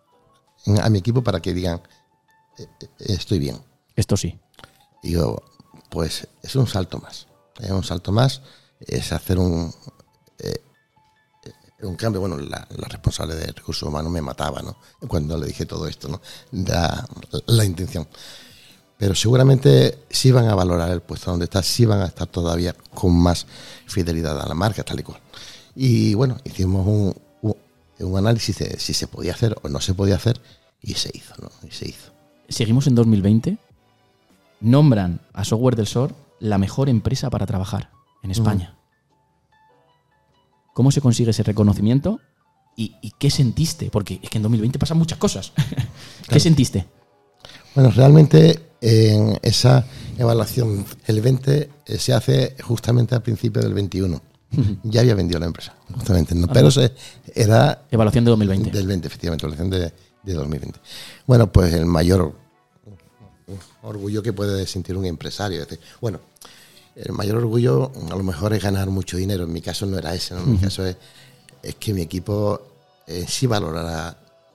a mi equipo para que digan, eh, eh, estoy bien?
Esto sí.
Digo, pues es un salto más, es un salto más, es hacer un, eh, un cambio. Bueno, la, la responsable de recursos humanos me mataba, ¿no? Cuando le dije todo esto, ¿no? La, la intención. Pero seguramente sí van a valorar el puesto donde está, sí van a estar todavía con más fidelidad a la marca, tal y cual. Y bueno, hicimos un, un, un análisis de si se podía hacer o no se podía hacer y se hizo, ¿no? Y se hizo.
Seguimos en dos mil veinte. Nombran a Software del Sol la mejor empresa para trabajar en España. Uh-huh. ¿Cómo se consigue ese reconocimiento? ¿Y, y qué sentiste? Porque es que en dos mil veinte pasan muchas cosas. ¿Qué
claro.
sentiste?
Bueno, realmente en esa evaluación, el veinte se hace justamente al principio del veintiuno. Uh-huh. Ya había vendido la empresa, justamente. ¿no? Pero se, era...
Evaluación de dos mil veinte.
Del veinte, efectivamente, evaluación de, de dos mil veinte. Bueno, pues el mayor orgullo que puede sentir un empresario. Es decir, bueno, el mayor orgullo a lo mejor es ganar mucho dinero. En mi caso no era ese, ¿no? En uh-huh. mi caso es, es que mi equipo eh, sí valorará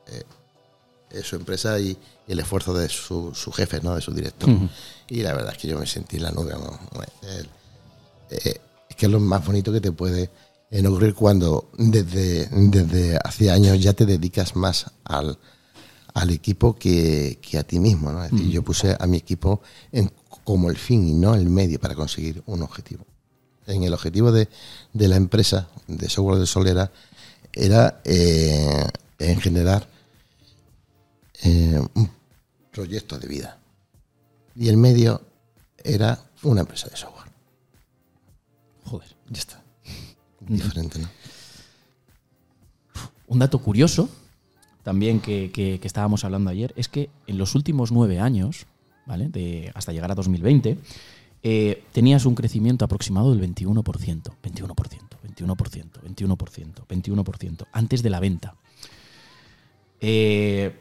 eh, su empresa y el esfuerzo de su, su jefe, ¿no? De su director. Uh-huh. Y la verdad es que yo me sentí en la nube, ¿no? Eh, eh, es que es lo más bonito que te puede en ocurrir cuando desde, desde hace años ya te dedicas más al, al equipo que, que a ti mismo, ¿no? Es decir, mm. yo puse a mi equipo en, como el fin y no el medio para conseguir un objetivo. En el objetivo de, de la empresa de Software del Sol era, era eh, en generar eh, un proyecto de vida. Y el medio era una empresa de software.
Joder.
Ya está. Diferente, ¿no?
Un dato curioso, también que, que, que estábamos hablando ayer, es que en los últimos nueve años, ¿vale? De, hasta llegar a dos mil veinte, eh, tenías un crecimiento aproximado del veintiuno por ciento. veintiuno por ciento, veintiuno por ciento, veintiuno por ciento, veintiuno por ciento, antes de la venta. Eh,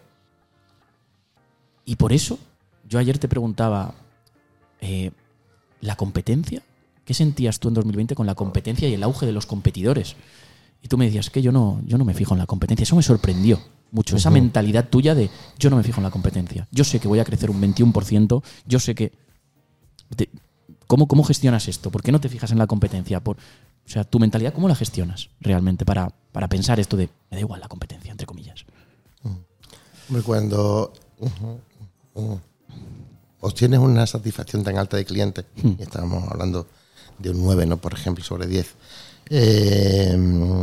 y por eso, yo ayer te preguntaba, eh, ¿la competencia? ¿Qué sentías tú en dos mil veinte con la competencia y el auge de los competidores? Y tú me decías que yo no, yo no me fijo en la competencia. Eso me sorprendió mucho, uh-huh. esa mentalidad tuya de yo no me fijo en la competencia. Yo sé que voy a crecer un veintiuno por ciento, yo sé que... Te, ¿cómo, ¿Cómo gestionas esto? ¿Por qué no te fijas en la competencia? Por, o sea, tu mentalidad, ¿cómo la gestionas realmente para, para pensar esto de me da igual la competencia, entre comillas?
Uh-huh. Cuando uh-huh, uh-huh. obtienes una satisfacción tan alta de cliente, uh-huh. y estábamos hablando de un nueve, ¿no? Por ejemplo, sobre diez, eh,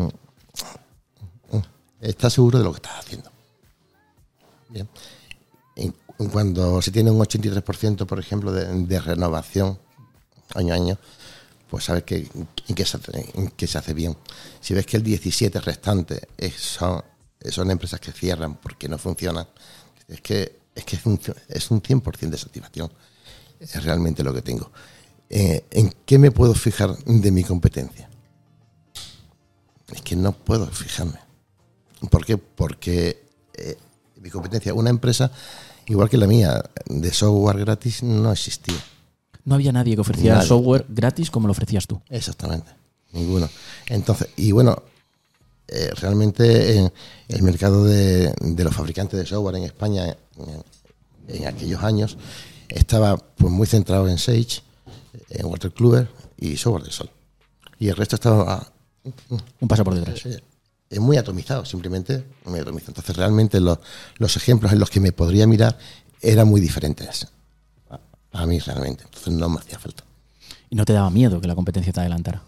estás seguro de lo que estás haciendo. Bien. Cuando se tiene un ochenta y tres por ciento, por ejemplo, de, de renovación año a año, pues sabes que, en, qué se hace, en qué se hace bien. Si ves que el diecisiete restante es, son, son empresas que cierran porque no funcionan, es que es, que es, un, es un cien por ciento de satisfacción. Es realmente lo que tengo. Eh, ¿En qué me puedo fijar de mi competencia? Es que no puedo fijarme. ¿Por qué? Porque eh, mi competencia, una empresa igual que la mía, de software gratis, no existía.
No había nadie que ofreciera nadie. software gratis como lo ofrecías tú.
Exactamente, ninguno. Entonces, y bueno, eh, realmente en el mercado de, de los fabricantes de software en España en, en aquellos años estaba pues muy centrado en Sage, en Watercluver y Software del Sol. Y el resto estaba... Uh,
un paso por detrás.
Es, es muy atomizado, simplemente muy atomizado. Entonces realmente los, los ejemplos en los que me podría mirar eran muy diferentes a, a mí realmente. Entonces no me hacía falta.
¿Y no te daba miedo que la competencia te adelantara?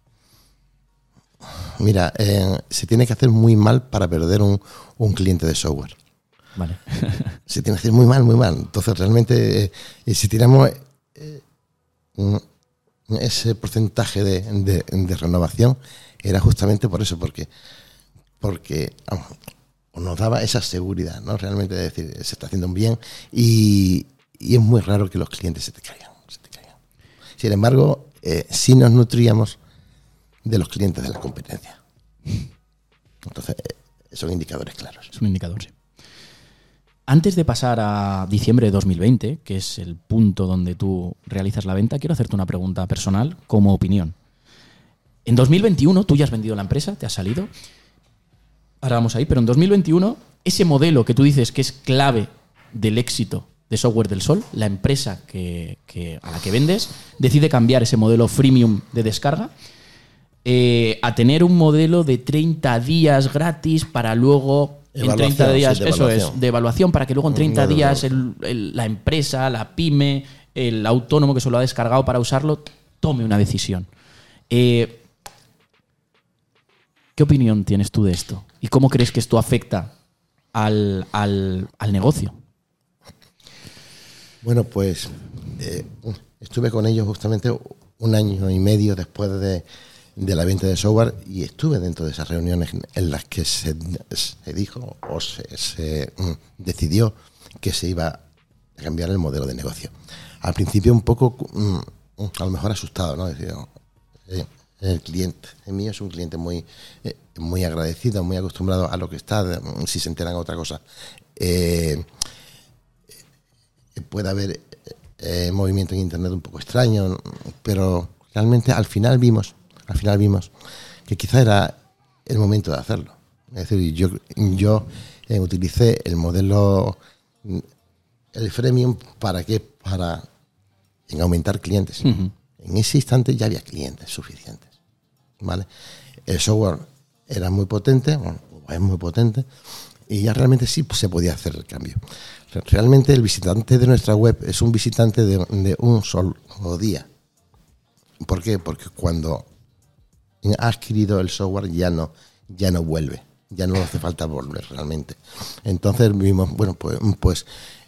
Mira, eh, se tiene que hacer muy mal para perder un, un cliente de software.
Vale.
Se tiene que hacer muy mal, muy mal. Entonces realmente eh, si tiramos... Eh, ese porcentaje de, de, de renovación era justamente por eso, porque porque vamos, nos daba esa seguridad, ¿no? Realmente de decir, se está haciendo un bien y, y es muy raro que los clientes se te caigan. Se te caigan. Sin embargo, eh, sí nos nutríamos de los clientes de la competencia. Entonces, eh, son indicadores claros.
Es un indicador, sí. Antes de pasar a diciembre de dos mil veinte, que es el punto donde tú realizas la venta, quiero hacerte una pregunta personal como opinión. En dos mil veintiuno, tú ya has vendido la empresa, te has salido. Ahora vamos ahí, pero en dos mil veintiuno, ese modelo que tú dices que es clave del éxito de Software del Sol, la empresa que, que, a la que vendes, decide cambiar ese modelo freemium de descarga eh, a tener un modelo de treinta días gratis para luego... En treinta días, sí, eso es, de evaluación, para que luego en treinta no, días el, el, la empresa, la pyme, el autónomo que se lo ha descargado para usarlo, tome una decisión. Eh, ¿Qué opinión tienes tú de esto? ¿Y cómo crees que esto afecta al, al, al negocio?
Bueno, pues eh, estuve con ellos justamente un año y medio después de... de la venta de software y estuve dentro de esas reuniones en las que se, se dijo o se, se mm, decidió que se iba a cambiar el modelo de negocio. Al principio un poco, mm, a lo mejor asustado, ¿no? Decir, eh, el cliente el mío es un cliente muy, eh, muy agradecido, muy acostumbrado a lo que está, de, si se enteran a otra cosa. Eh, puede haber eh, movimiento en Internet un poco extraño, pero realmente al final vimos Al final vimos que quizá era el momento de hacerlo. Es decir, yo, yo eh, utilicé el modelo, el freemium, ¿para qué? Para en aumentar clientes. Uh-huh. En ese instante ya había clientes suficientes, ¿vale? el software era muy potente, bueno, es muy potente, y ya realmente sí se podía hacer el cambio. Realmente el visitante de nuestra web es un visitante de, de un solo día. ¿Por qué? Porque cuando ha adquirido el software ya no, ya no vuelve, ya no hace falta volver realmente. Entonces vimos, bueno, pues, pues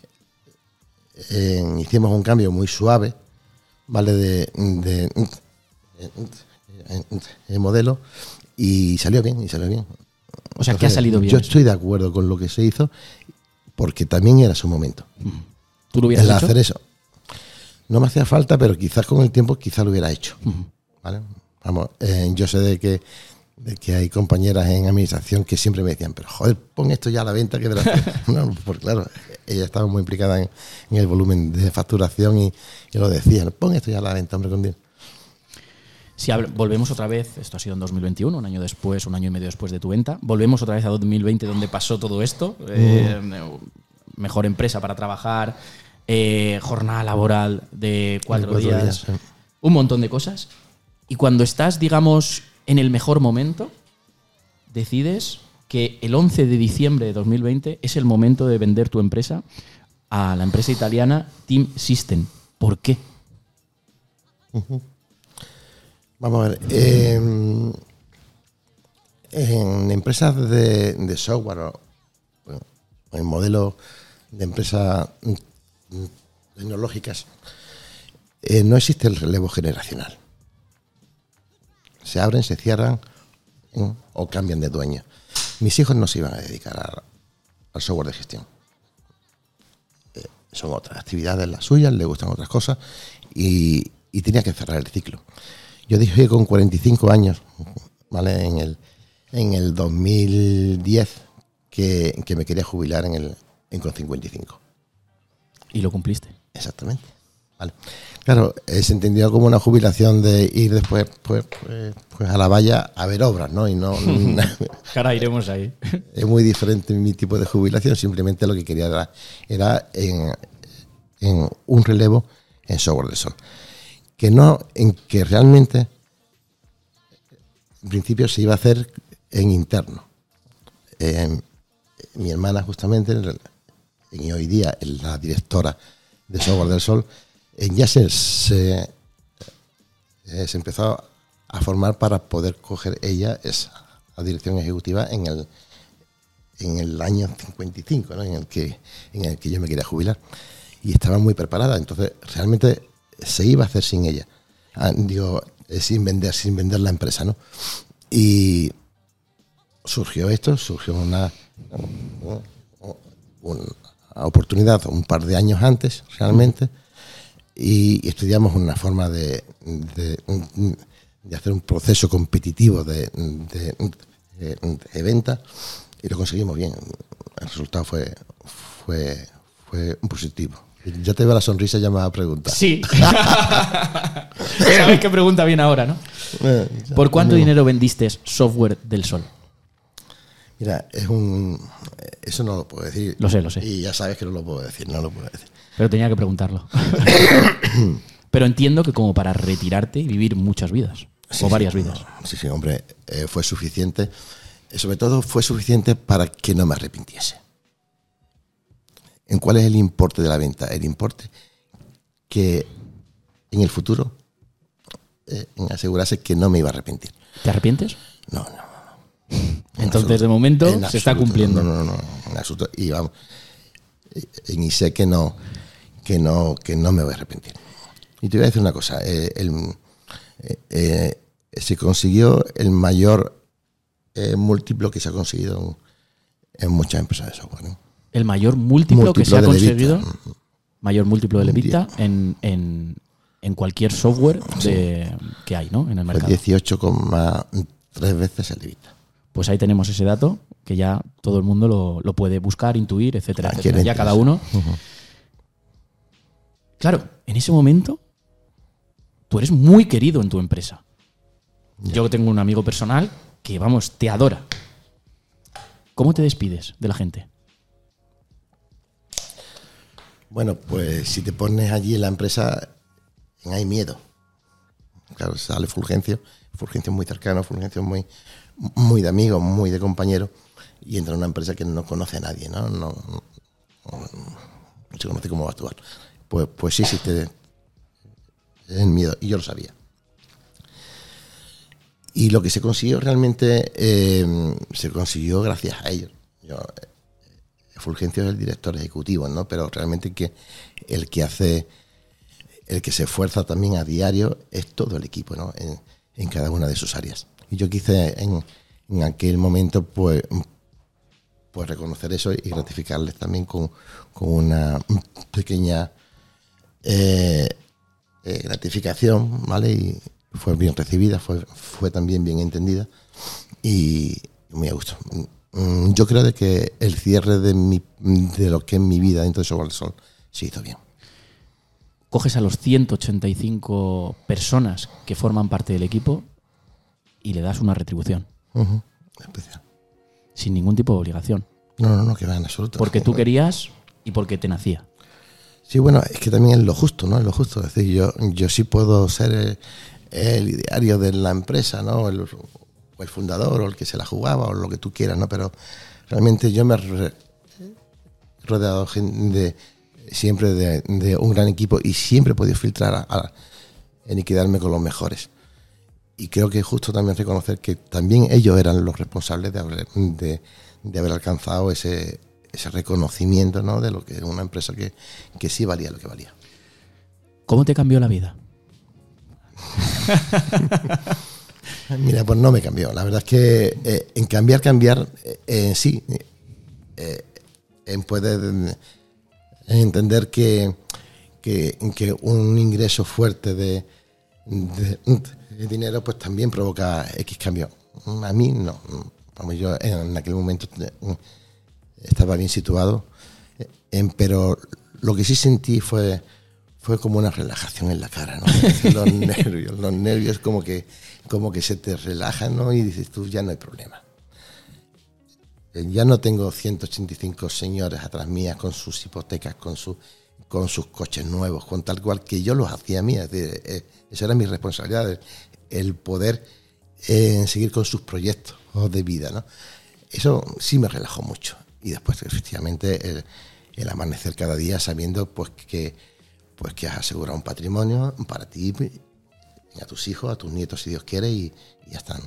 eh, hicimos un cambio muy suave, ¿vale? De, de, de, de modelo y salió bien, y salió bien.
O sea,
Entonces,
que ha salido bien.
Yo
eso.
estoy de acuerdo con lo que se hizo porque también era su momento.
¿Tú lo hubieras
El
hecho?
hacer eso. No me hacía falta, pero quizás con el tiempo quizás lo hubiera hecho.
Uh-huh.
¿Vale? Vamos, eh, yo sé de que, de que hay compañeras en administración que siempre me decían, pero joder, pon esto ya a la venta que verás. No, pues claro, ella estaba muy implicada en, en el volumen de facturación y, y lo decían, pon esto ya a la venta, hombre, con Dios.
Si habl- volvemos otra vez, esto ha sido en dos mil veintiuno, un año después, un año y medio después de tu venta, volvemos otra vez a dos mil veinte donde pasó todo esto, uh. eh, mejor empresa para trabajar, eh, jornada laboral de cuatro, de cuatro días, días sí. Un montón de cosas. Y cuando estás, digamos, en el mejor momento, decides que el once de diciembre de dos mil veinte es el momento de vender tu empresa a la empresa italiana Team System. ¿Por qué?
Uh-huh. Vamos a ver. Eh, en empresas de, de software o bueno, en modelos de empresas tecnológicas eh, no existe el relevo generacional. Se abren, se cierran ¿eh? o cambian de dueño. Mis hijos no se iban a dedicar a, al software de gestión. Eh, son otras actividades las suyas, les gustan otras cosas y, y tenía que cerrar el ciclo. Yo dije con cuarenta y cinco años, ¿vale? En el, en el dos mil diez, que, que me quería jubilar en el, en con cincuenta y cinco.
¿Y lo cumpliste?
Exactamente. Vale. Claro, eh, se entendió como una jubilación de ir después pues, pues, pues a la valla a ver obras, ¿no? Y no.
Cara, iremos ahí.
Es muy diferente mi tipo de jubilación. Simplemente lo que quería era, era en, en un relevo en software del sol. Que no, en que realmente en principio se iba a hacer en interno. Eh, mi hermana justamente, y hoy día la directora de Software del Sol, eh, ya se, se, eh, se empezó a formar para poder coger ella esa la dirección ejecutiva en el en el año cincuenta y cinco, ¿no? en el que en el que yo me quería jubilar y estaba muy preparada. Entonces realmente se iba a hacer sin ella, ah, digo, eh, sin vender, sin vender la empresa, ¿no? Y surgió esto, surgió una, una, una oportunidad un par de años antes, realmente, y estudiamos una forma de, de, de hacer un proceso competitivo de, de, de, de venta y lo conseguimos bien. El resultado fue, fue, fue positivo. Ya te veo la sonrisa, ya me vas a preguntar.
Sí. ¿Sabes qué pregunta viene ahora, no?
Eh,
¿Por cuánto dinero vendiste Software del Sol?
Mira, es un... Eso no lo puedo decir.
Lo sé, lo sé.
Y ya sabes que no lo puedo decir, no lo puedo decir.
Pero tenía que preguntarlo. Pero entiendo que como para retirarte y vivir muchas vidas.
Sí,
o varias
sí,
vidas.
Sí, sí, hombre. Eh, fue suficiente. Eh, sobre todo fue suficiente para que no me arrepintiese. ¿En cuál es el importe de la venta? El importe que en el futuro eh, en asegurarse que no me iba a arrepentir.
¿Te arrepientes?
No, no. no.
Entonces,
absoluto,
de momento, se
absoluto,
está cumpliendo.
No, no, no, no, en absoluto. Y vamos, y sé que no, que no, que no me voy a arrepentir. Y te voy a decir una cosa. Eh, el, eh, eh, se consiguió el mayor eh, múltiplo que se ha conseguido en, en muchas empresas de software, ¿no?
El mayor múltiplo, múltiplo que se ha conseguido,
EBITDA.
mayor múltiplo del EBITDA en, en, en cualquier software de, sí. que hay, ¿no? En el mercado.
dieciocho coma tres veces el EBITDA.
Pues ahí tenemos ese dato que ya todo el mundo lo, lo puede buscar, intuir, etcétera, ah, etcétera. Ya cada uno. Uh-huh. Claro, en ese momento tú eres muy querido en tu empresa. Yeah. Yo tengo un amigo personal que, vamos, te adora. ¿Cómo te despides de la gente?
Bueno, pues si te pones allí en la empresa, hay miedo. claro, sale Fulgencio, Fulgencio muy cercano, Fulgencio muy, muy de amigo, muy de compañero, y entra en una empresa que no conoce a nadie, ¿no? No, no, no se conoce cómo va a actuar. Pues, pues sí existe el miedo, y yo lo sabía. Y lo que se consiguió realmente eh, se consiguió gracias a ellos. Yo, Fulgencio es el director ejecutivo, ¿no? Pero realmente que el que hace, el que se esfuerza también a diario es todo el equipo, ¿no? En, en cada una de sus áreas. Y yo quise en, en aquel momento, pues, pues reconocer eso y gratificarles también con, con una pequeña eh, eh, gratificación, ¿vale? Y fue bien recibida, fue, fue también bien entendida y muy a gusto. Yo creo de que el cierre de mi, de lo que es mi vida dentro de Software del Sol se hizo bien.
Coges a los ciento ochenta y cinco personas que forman parte del equipo y le das una retribución.
Uh-huh. Especial.
Sin ningún tipo de obligación.
No, no, no, que va en absoluto.
Porque tú querías y porque te nacía.
Sí, bueno, es que también es lo justo, ¿no? Es lo justo. Es decir, yo, yo sí puedo ser el, el ideario de la empresa, ¿no? El, o el fundador, o el que se la jugaba, o lo que tú quieras, ¿no? Pero realmente yo me he rodeado de, siempre de, de un gran equipo y siempre he podido filtrar a, a, en y quedarme con los mejores. Y creo que es justo también reconocer que también ellos eran los responsables de haber, de, de haber alcanzado ese, ese reconocimiento, ¿no? De lo que era una empresa que, que sí valía lo que valía.
¿Cómo te cambió la vida?
Mira, pues no me cambió. La verdad es que eh, en cambiar, cambiar, eh, en sí, eh, en poder entender que, que, que un ingreso fuerte de, de, de dinero pues también provoca X cambio. A mí no. Vamos, yo en aquel momento estaba bien situado, eh, pero lo que sí sentí fue fue como una relajación en la cara, ¿no? Los nervios, los nervios como que, como que se te relajan, ¿no? Y dices tú, ya no hay problema. Ya no tengo ciento ochenta y cinco señores atrás mías con sus hipotecas, con, su, con sus coches nuevos, con tal cual que yo los hacía mías. Es decir, eh, esa era mi responsabilidad, el poder eh, seguir con sus proyectos de vida, ¿no? Eso sí me relajó mucho. Y después, efectivamente, el, el amanecer cada día sabiendo pues que pues que has asegurado un patrimonio para ti y a tus hijos, a tus nietos, si Dios quiere, y, y ya están.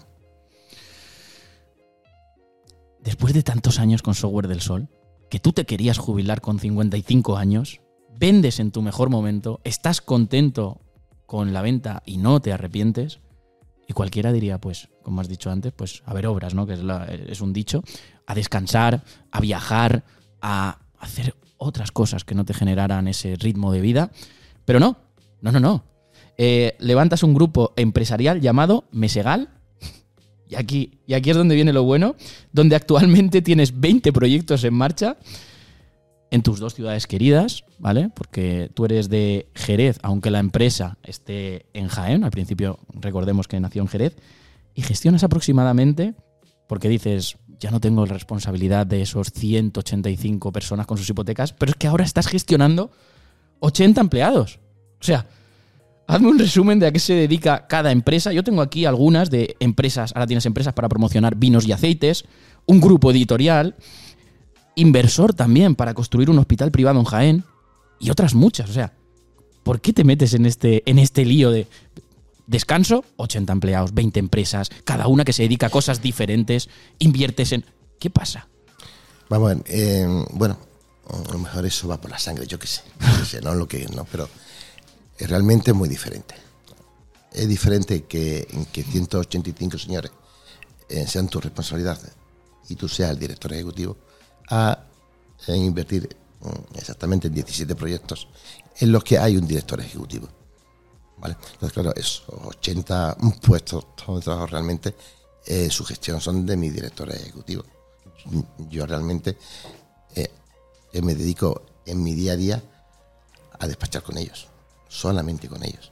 Después de tantos años con Software del Sol, que tú te querías jubilar con cincuenta y cinco años, vendes en tu mejor momento, estás contento con la venta y no te arrepientes, y cualquiera diría, pues, como has dicho antes, pues a ver obras, ¿no? Que es, la, es un dicho, a descansar, a viajar, a hacer otras cosas que no te generaran ese ritmo de vida. Pero no, no, no, no. Eh, levantas un grupo empresarial llamado Mesegal, y aquí, y aquí es donde viene lo bueno, donde actualmente tienes veinte proyectos en marcha en tus dos ciudades queridas, ¿vale? Porque tú eres de Jerez, aunque la empresa esté en Jaén, al principio recordemos que nació en Jerez, y gestionas aproximadamente, porque dices, ya no tengo responsabilidad de esos ciento ochenta y cinco personas con sus hipotecas, pero es que ahora estás gestionando ochenta empleados. O sea, hazme un resumen de a qué se dedica cada empresa. Yo tengo aquí algunas de empresas, ahora tienes empresas para promocionar vinos y aceites, un grupo editorial, inversor también para construir un hospital privado en Jaén y otras muchas. O sea, ¿por qué te metes en este, en este lío de descanso? ochenta empleados, veinte empresas, cada una que se dedica a cosas diferentes, inviertes en... ¿Qué pasa?
Vamos a ver, eh, bueno, a lo mejor eso va por la sangre, yo qué sé, yo qué sé, no lo que no, pero es realmente muy diferente. Es diferente que, que ciento ochenta y cinco señores eh, sean tu responsabilidad y tú seas el director ejecutivo, a eh, invertir eh, exactamente en diecisiete proyectos en los que hay un director ejecutivo. ¿Vale? Entonces, claro, esos ochenta puestos de trabajo realmente, eh, su gestión son de mi director ejecutivo. Yo realmente eh, me dedico en mi día a día a despachar con ellos, solamente con ellos.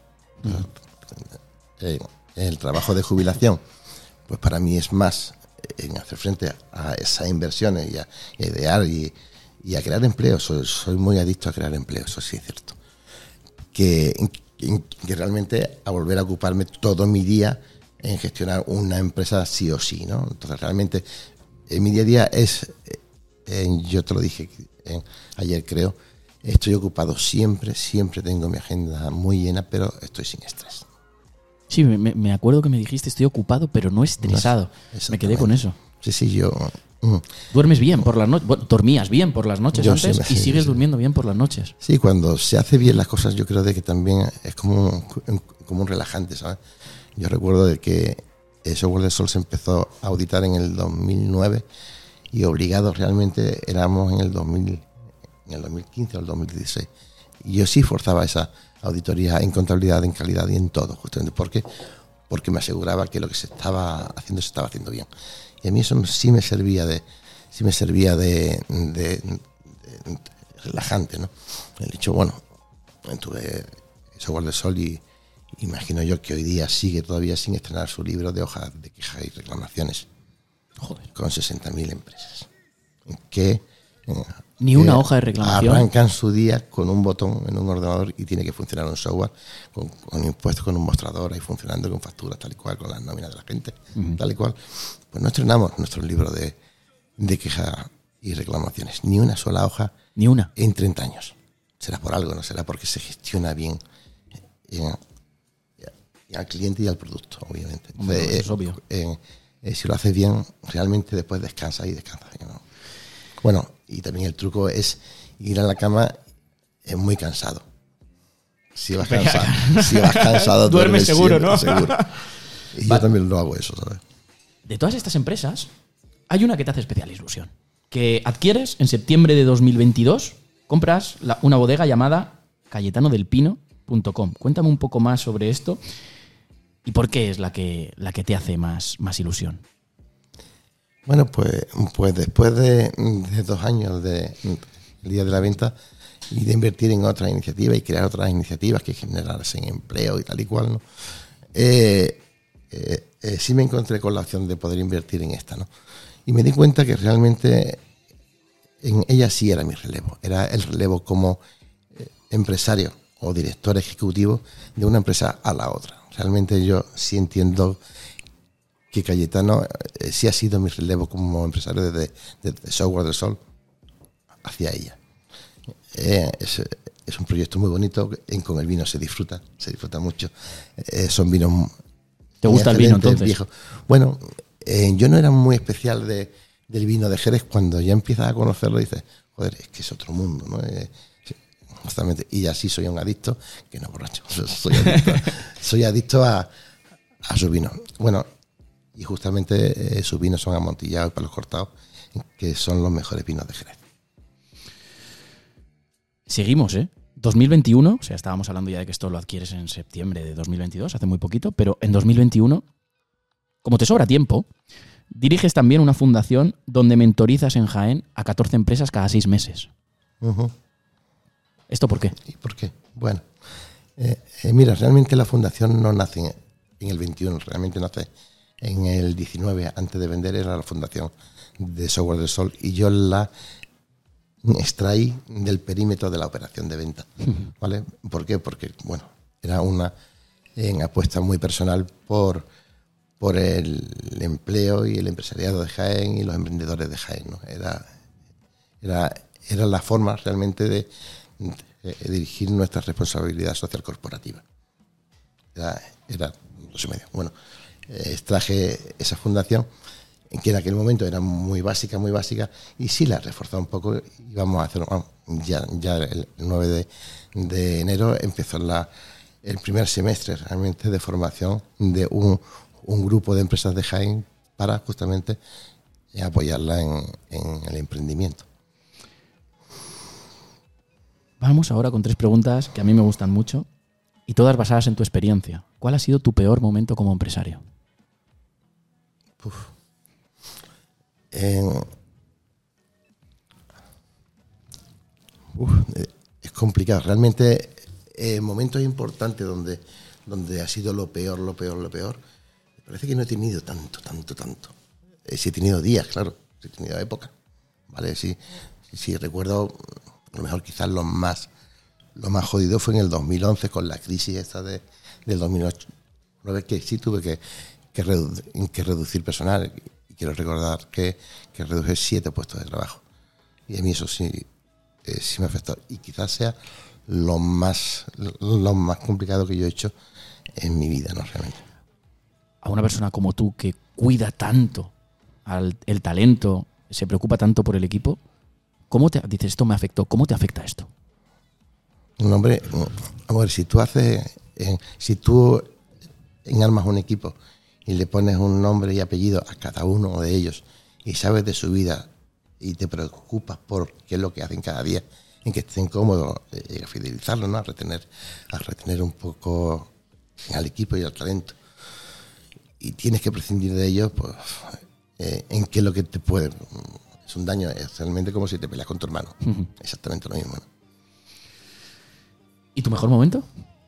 Uh-huh. eh, el trabajo de jubilación, pues para mí es más en hacer frente a esas inversiones y a, y a idear y, y a crear empleo. Soy, soy muy adicto a crear empleo, eso sí es cierto. Que que, que realmente a volver a ocuparme todo mi día en gestionar una empresa sí o sí, ¿no? Entonces realmente en mi día a día es, eh, yo te lo dije eh, ayer creo, estoy ocupado siempre, siempre tengo mi agenda muy llena, pero estoy sin estrés.
Sí, me, me acuerdo que me dijiste estoy ocupado, pero no estresado. No, me quedé con eso.
Sí, sí, yo... Mm.
¿Duermes bien por las noches? Bueno, dormías bien por las noches yo antes sí, y sigues sí, durmiendo bien por las noches.
Sí, cuando se hace bien las cosas yo creo de que también es como un, como un relajante, ¿sabes? Yo recuerdo de que el Software del Sol se empezó a auditar en el dos mil nueve y obligados realmente éramos en el dos mil, en el dos mil quince o el dos mil dieciséis. Y yo sí forzaba esa auditoría en contabilidad, en calidad y en todo, justamente porque, porque me aseguraba que lo que se estaba haciendo se estaba haciendo bien. Y a mí eso sí me servía de, sí me servía de, de, de, de relajante, ¿no? El dicho, bueno, tuve Software del Sol y imagino yo que hoy día sigue todavía sin estrenar su libro de hojas de quejas y reclamaciones. Joder. Con sesenta mil empresas. Que,
Ni una hoja de reclamación.
Arrancan su día con un botón en un ordenador y tiene que funcionar un software con, con impuestos, con un mostrador ahí funcionando, con facturas tal y cual, con las nóminas de la gente, uh-huh. tal y cual. Pues no estrenamos nuestro libro de, de quejas y reclamaciones. Ni una sola hoja.
Ni una.
En treinta años. Será por algo, no será porque se gestiona bien eh, al cliente y al producto, obviamente.
Bueno,
Entonces,
es
eh,
obvio.
Eh, eh, si lo haces bien, realmente después descansas y descansas. ¿No? Bueno, y también el truco es ir a la cama eh, muy cansado. Si vas cansado, si vas cansado
duermes seguro,
siempre,
¿no?
Seguro. Y yo también lo hago eso, ¿sabes?
De todas estas empresas, hay una que te hace especial ilusión. Que adquieres en septiembre de dos mil veintidós, compras la, una bodega llamada cayetano del pino punto com. Cuéntame un poco más sobre esto y por qué es la que, la que te hace más, más ilusión.
Bueno, pues, pues después de, de dos años del de, día de la venta y de invertir en otras iniciativas y crear otras iniciativas que generasen empleo y tal y cual, ¿no? Eh, eh, eh, sí me encontré con la opción de poder invertir en esta, ¿no? Y me di cuenta que realmente en ella sí era mi relevo, era el relevo como eh, empresario o director ejecutivo de una empresa a la otra. Realmente yo sí entiendo que Cayetano eh, sí ha sido mi relevo como empresario desde, desde Software del Sol hacia ella. Eh, es, es un proyecto muy bonito, en, con el vino se disfruta, se disfruta mucho. Eh, son vinos...
¿Te gusta el vino entonces?
Viejos. Bueno, eh, yo no era muy especial de, del vino de Jerez. Cuando ya empiezas a conocerlo dices, joder, es que es otro mundo, ¿no? Eh, justamente, y así soy un adicto, que no borracho, soy adicto, soy adicto a, a su vino. Bueno, y justamente eh, sus vinos son amontillados y palos cortados, que son los mejores vinos de Jerez.
Seguimos, ¿eh? dos mil veintiuno, o sea, estábamos hablando ya de que esto lo adquieres en septiembre de dos mil veintidós, hace muy poquito, pero en dos mil veintiuno, como te sobra tiempo, diriges también una fundación donde mentorizas en Jaén a catorce empresas cada seis meses.
Uh-huh.
¿Esto por qué?
¿Y por qué? Bueno, eh, eh, mira, realmente la fundación no nace en, en el veintiuno, realmente nace en el diecinueve. Antes de vender era la fundación de Software del Sol y yo la extraí del perímetro de la operación de venta, ¿vale? ¿Por qué? Porque, bueno, era una en apuesta muy personal por, por el empleo y el empresariado de Jaén y los emprendedores de Jaén, ¿no? Era, era, era la forma realmente de Eh, dirigir nuestra responsabilidad social corporativa. Era, era dos y medio. Bueno, eh, extraje esa fundación, que en aquel momento era muy básica, muy básica, y sí la he reforzado un poco, y vamos a hacer, vamos, ya, ya el nueve de, de enero empezó la, el primer semestre realmente de formación de un, un grupo de empresas de Jaén para justamente apoyarla en, en el emprendimiento.
Vamos ahora con tres preguntas que a mí me gustan mucho y todas basadas en tu experiencia. ¿Cuál ha sido tu peor momento como empresario?
Uf. Eh, uf, eh, es complicado. Realmente, eh, momentos importantes donde, donde ha sido lo peor, lo peor, lo peor, me parece que no he tenido tanto, tanto, tanto. Eh, sí he tenido días, claro, sí he tenido épocas. ¿Vale? Sí, sí, sí recuerdo... a lo mejor quizás los más lo más jodido fue en el dos mil once con la crisis esta de, del dos mil ocho. Una vez que sí tuve que, que, redu que reducir personal. Y quiero recordar que, que reduje siete puestos de trabajo. Y a mí eso sí, eh, sí me afectó. Y quizás sea lo más, lo más complicado que yo he hecho en mi vida, ¿no? Realmente.
A una persona como tú que cuida tanto al el talento, se preocupa tanto por el equipo, ¿cómo te dices esto me afectó? ¿Cómo te afecta esto?
Un hombre, a ver, si tú haces, eh, si tú enarmas un equipo y le pones un nombre y apellido a cada uno de ellos y sabes de su vida y te preocupas por qué es lo que hacen cada día, en que estén cómodos, eh, a fidelizarlos, ¿no? A retener, a retener un poco al equipo y al talento. Y tienes que prescindir de ellos, pues, eh, en qué es lo que te puede. Es un daño, es realmente como si te peleas con tu hermano. Uh-huh. Exactamente lo mismo, ¿no?
¿Y tu mejor momento?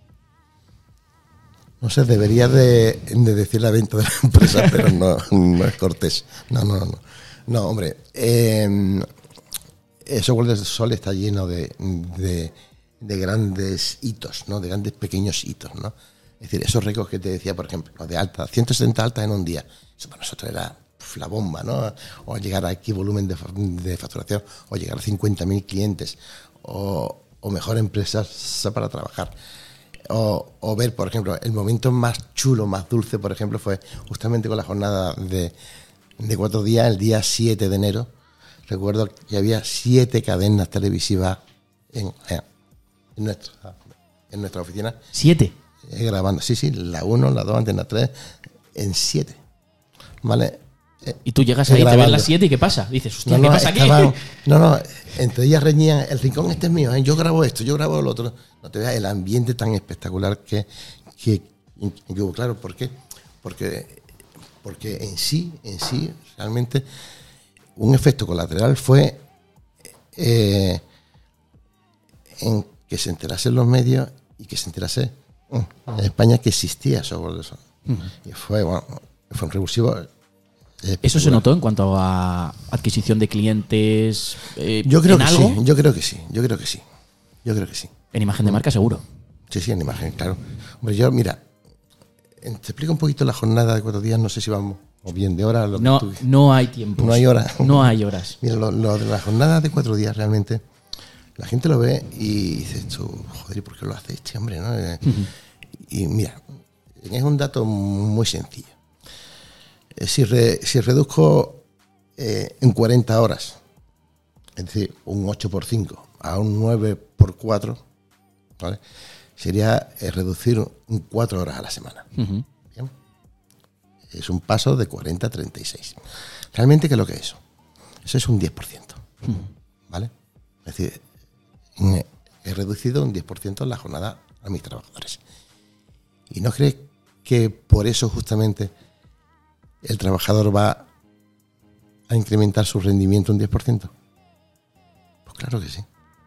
No sé, debería de, de decir la venta de la empresa, pero no, no es cortés. No, no, no. No, hombre. Eh, Software del Sol está lleno de, de, de grandes hitos, ¿no? De grandes pequeños hitos, ¿no? Es decir, esos récords que te decía, por ejemplo, los de alta, ciento setenta altas en un día. Eso para nosotros era pf, la bomba, ¿no? O llegar a aquí volumen de, de facturación, o llegar a cincuenta mil clientes, o, o mejor empresas para trabajar. O, o ver, por ejemplo, el momento más chulo, más dulce, por ejemplo, fue justamente con la jornada de, de cuatro días, el día siete de enero. Recuerdo que había siete cadenas televisivas en, en, nuestra, en nuestra oficina.
¿Siete?
Eh, grabando, sí, sí, la uno, la dos, Antena tres, en siete. ¿Vale? Eh,
y tú llegas ahí, grabando. Te ves las siete y ¿qué pasa? Dices, hostia, no, no, ¿qué pasa estaban, aquí?
No, no, entre ellas reñían, el rincón este es mío, ¿eh? Yo grabo esto, yo grabo lo otro. No te veas el ambiente tan espectacular que, que, que hubo. Claro, ¿por qué? Porque, porque en sí, en sí, realmente, un efecto colateral fue eh, en que se enterasen los medios y que se enterase en España que existía Software del Sol. Uh-huh. Y fue, bueno, fue un revulsivo.
¿Eso se notó en cuanto a adquisición de clientes? Eh,
yo creo
¿en
que
algo?
sí, yo creo que sí, yo creo que sí. Yo creo que sí.
En imagen de marca, seguro.
Sí, sí, en imagen, claro. Hombre, yo, mira, te explico un poquito la jornada de cuatro días, no sé si vamos o bien de hora. Lo
no,
que tú...
no hay tiempo.
No hay horas.
No hay horas.
Mira, lo, lo de la jornada de cuatro días realmente, la gente lo ve y dices tú, joder, ¿y por qué lo hace este hombre? ¿No? Uh-huh. Y mira, es un dato muy sencillo. Si, re, si reduzco eh, en cuarenta horas, es decir, un ocho por cinco a un nueve por cuatro, ¿vale? Sería eh, reducir un cuatro horas a la semana. Uh-huh. ¿Bien? Es un paso de cuarenta a treinta y seis. ¿Realmente qué es lo que es eso? Eso es un diez por ciento. Uh-huh. ¿Vale? Es decir, he reducido un diez por ciento la jornada a mis trabajadores. ¿Y no crees que por eso justamente el trabajador va a incrementar su rendimiento un diez por ciento? Pues claro que sí.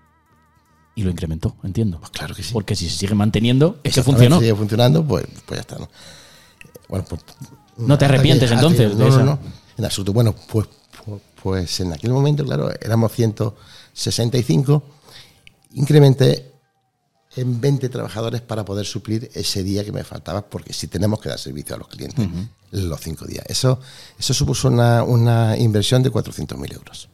Y lo incrementó, entiendo.
Pues claro que sí.
Porque si se sigue manteniendo, es que funcionó.
Si sigue funcionando, pues, pues ya está, ¿no? Bueno, pues,
¿No te arrepientes entonces
no,
de eso?
No, no, en absoluto. Bueno, pues, pues, pues en aquel momento, claro, éramos ciento sesenta y cinco. Incrementé en veinte trabajadores para poder suplir ese día que me faltaba, porque si tenemos que dar servicio a los clientes uh-huh. los cinco días. Eso, eso supuso una, una inversión de cuatrocientos mil euros.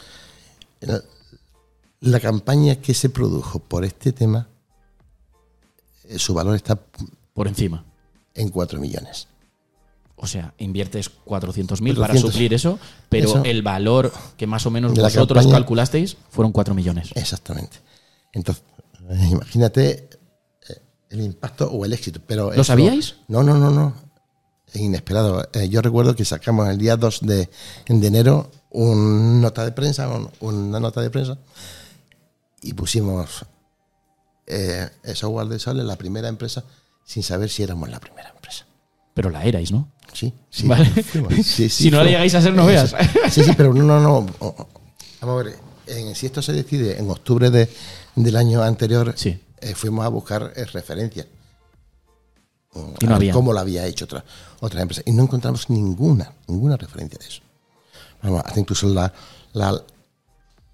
La campaña que se produjo por este tema, su valor está
por encima.
En cuatro millones.
O sea, inviertes cuatrocientos mil para suplir eso, pero eso, el valor que más o menos vosotros campaña, calculasteis fueron cuatro millones.
Exactamente. Entonces, imagínate el impacto o el éxito. Pero
¿Lo
eso,
sabíais?
No, no, no, no. Es inesperado. Eh, yo recuerdo que sacamos el día dos de, de enero una nota de prensa, una nota de prensa, y pusimos eh, Software del Sol en la primera empresa sin saber si éramos la primera empresa.
Pero la erais, ¿no?
Sí, sí.
¿Vale?
Sí, sí,
si no
fue,
la llegáis a ser, no veas.
Sí, sí, pero no, no, no. Vamos a ver, en, si esto se decide en octubre de, del año anterior,
sí.
eh, fuimos a buscar eh, referencias.
Y no había.
Cómo lo había hecho otra, otra empresa. Y no encontramos ninguna, ninguna referencia de eso. Vamos, hasta incluso la, la,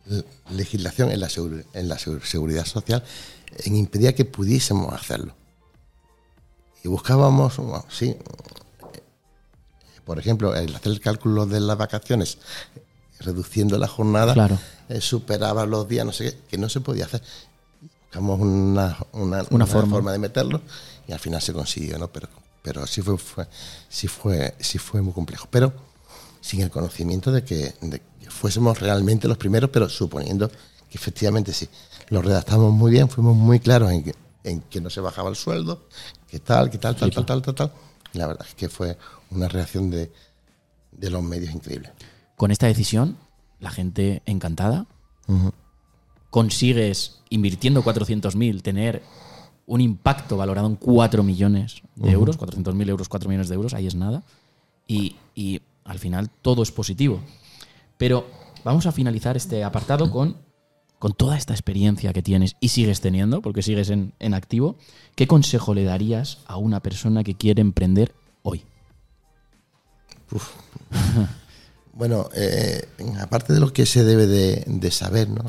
legislación en la, segu- en la segu- seguridad social en impedía que pudiésemos hacerlo. Y buscábamos, bueno, sí, por ejemplo, el hacer el cálculo de las vacaciones, reduciendo la jornada,
claro.
eh, superaba los días, no sé qué, que no se podía hacer. Buscamos una, una,
una,
una
forma.
forma de meterlo y al final se consiguió, ¿no? Pero, pero sí fue, fue, sí fue, sí fue muy complejo. Pero sin el conocimiento de que, de que fuésemos realmente los primeros, pero suponiendo que efectivamente sí. Lo redactamos muy bien, fuimos muy claros en que, en que no se bajaba el sueldo, que tal, que tal, tal, tal, tal, tal, tal. Y la verdad es que fue una reacción de, de los medios increíble.
Con esta decisión, la gente encantada.
Uh-huh.
Consigues, invirtiendo cuatrocientos mil, tener un impacto valorado en cuatro millones de uh-huh. euros, cuatrocientos mil euros, cuatro millones de euros, ahí es nada. Y, y al final todo es positivo. Pero vamos a finalizar este apartado con, con toda esta experiencia que tienes y sigues teniendo, porque sigues en, en activo. ¿Qué consejo le darías a una persona que quiere emprender hoy?
Uf. Bueno, eh, aparte de lo que se debe de, de saber, ¿no?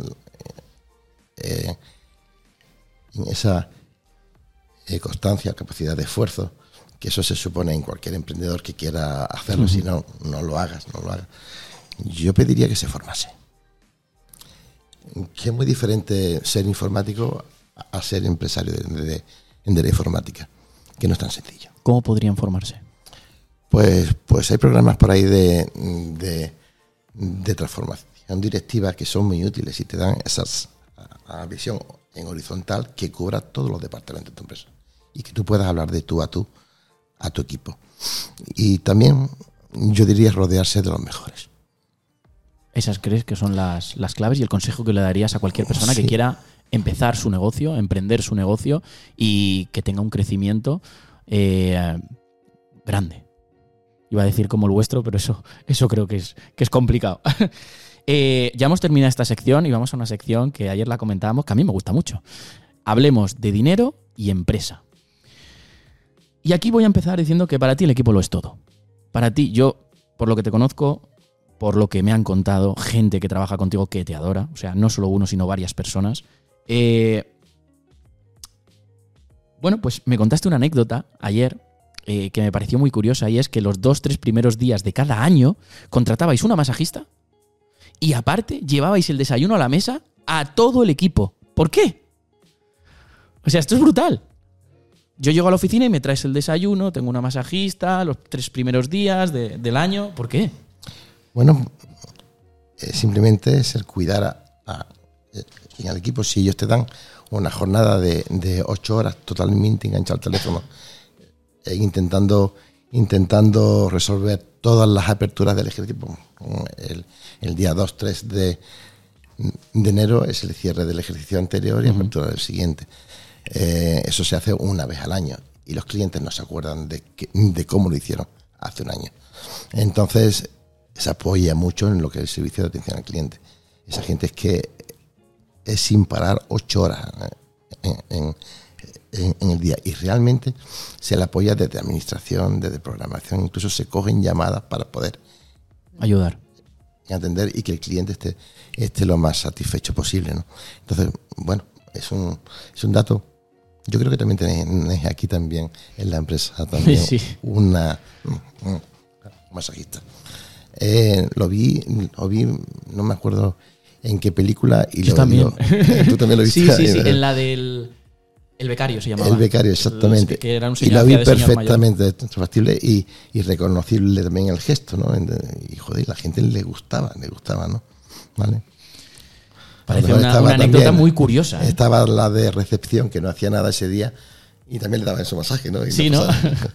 Eh, esa eh, constancia, capacidad de esfuerzo, que eso se supone en cualquier emprendedor que quiera hacerlo, uh-huh. si no, no lo hagas, no lo hagas. Yo pediría que se formase. Que es muy diferente ser informático a ser empresario de, de, de la informática, que no es tan sencillo.
¿Cómo podrían formarse?
Pues, pues hay programas por ahí de, de, de transformación directiva que son muy útiles y te dan esa visión en horizontal que cubra todos los departamentos de tu empresa y que tú puedas hablar de tú a tú a tu equipo. Y también yo diría rodearse de los mejores.
¿Esas crees que son las, las claves y el consejo que le darías a cualquier persona
sí.
que quiera empezar su negocio, emprender su negocio y que tenga un crecimiento eh, grande? Iba a decir como el vuestro, pero eso, eso creo que es, que es complicado. eh, ya hemos terminado esta sección y vamos a una sección que ayer la comentábamos, que a mí me gusta mucho. Hablemos de dinero y empresa. Y aquí voy a empezar diciendo que para ti el equipo lo es todo. Para ti, yo, por lo que te conozco, por lo que me han contado, gente que trabaja contigo que te adora, o sea, no solo uno, sino varias personas. Eh, bueno, pues me contaste una anécdota ayer Eh, que me pareció muy curiosa, y es que los dos, tres primeros días de cada año contratabais una masajista y aparte llevabais el desayuno a la mesa a todo el equipo. ¿Por qué? O sea, esto es brutal. Yo llego a la oficina y me traes el desayuno, tengo una masajista los tres primeros días de, del año. ¿Por qué?
Bueno, eh, simplemente es el cuidar a, a, en el equipo. Si ellos te dan una jornada de, de ocho horas totalmente enganchado al teléfono, E intentando intentando resolver todas las aperturas del ejercicio. El, el día dos tres de, de enero es el cierre del ejercicio anterior y uh-huh. apertura del siguiente. Eh, eso se hace una vez al año y los clientes no se acuerdan de, que, de cómo lo hicieron hace un año. Entonces se apoya mucho en lo que es el servicio de atención al cliente. Esa gente es que es sin parar ocho horas en, en En, en el día, y realmente se le apoya desde administración, desde programación, incluso se cogen llamadas para poder
ayudar
y atender y que el cliente esté, esté lo más satisfecho posible, ¿no? Entonces, bueno, es un, es un dato. Yo creo que también tenéis aquí también en la empresa también sí. una un, un masajista. Eh, lo vi, lo vi, no me acuerdo en qué película y
Yo
lo
también.
Lo, tú también lo viste.
Sí, sí, sí, en la del El becario se llamaba.
El becario, exactamente.
Que era un
y lo vi perfectamente factible y, y reconocible también el gesto, ¿no? Y joder, la gente le gustaba, le gustaba, ¿no? ¿Vale?
Parece una, una anécdota también, muy curiosa. ¿eh?
Estaba la de recepción, que no hacía nada ese día, y también le daban su masaje, ¿no? Y
sí,
no
¿no?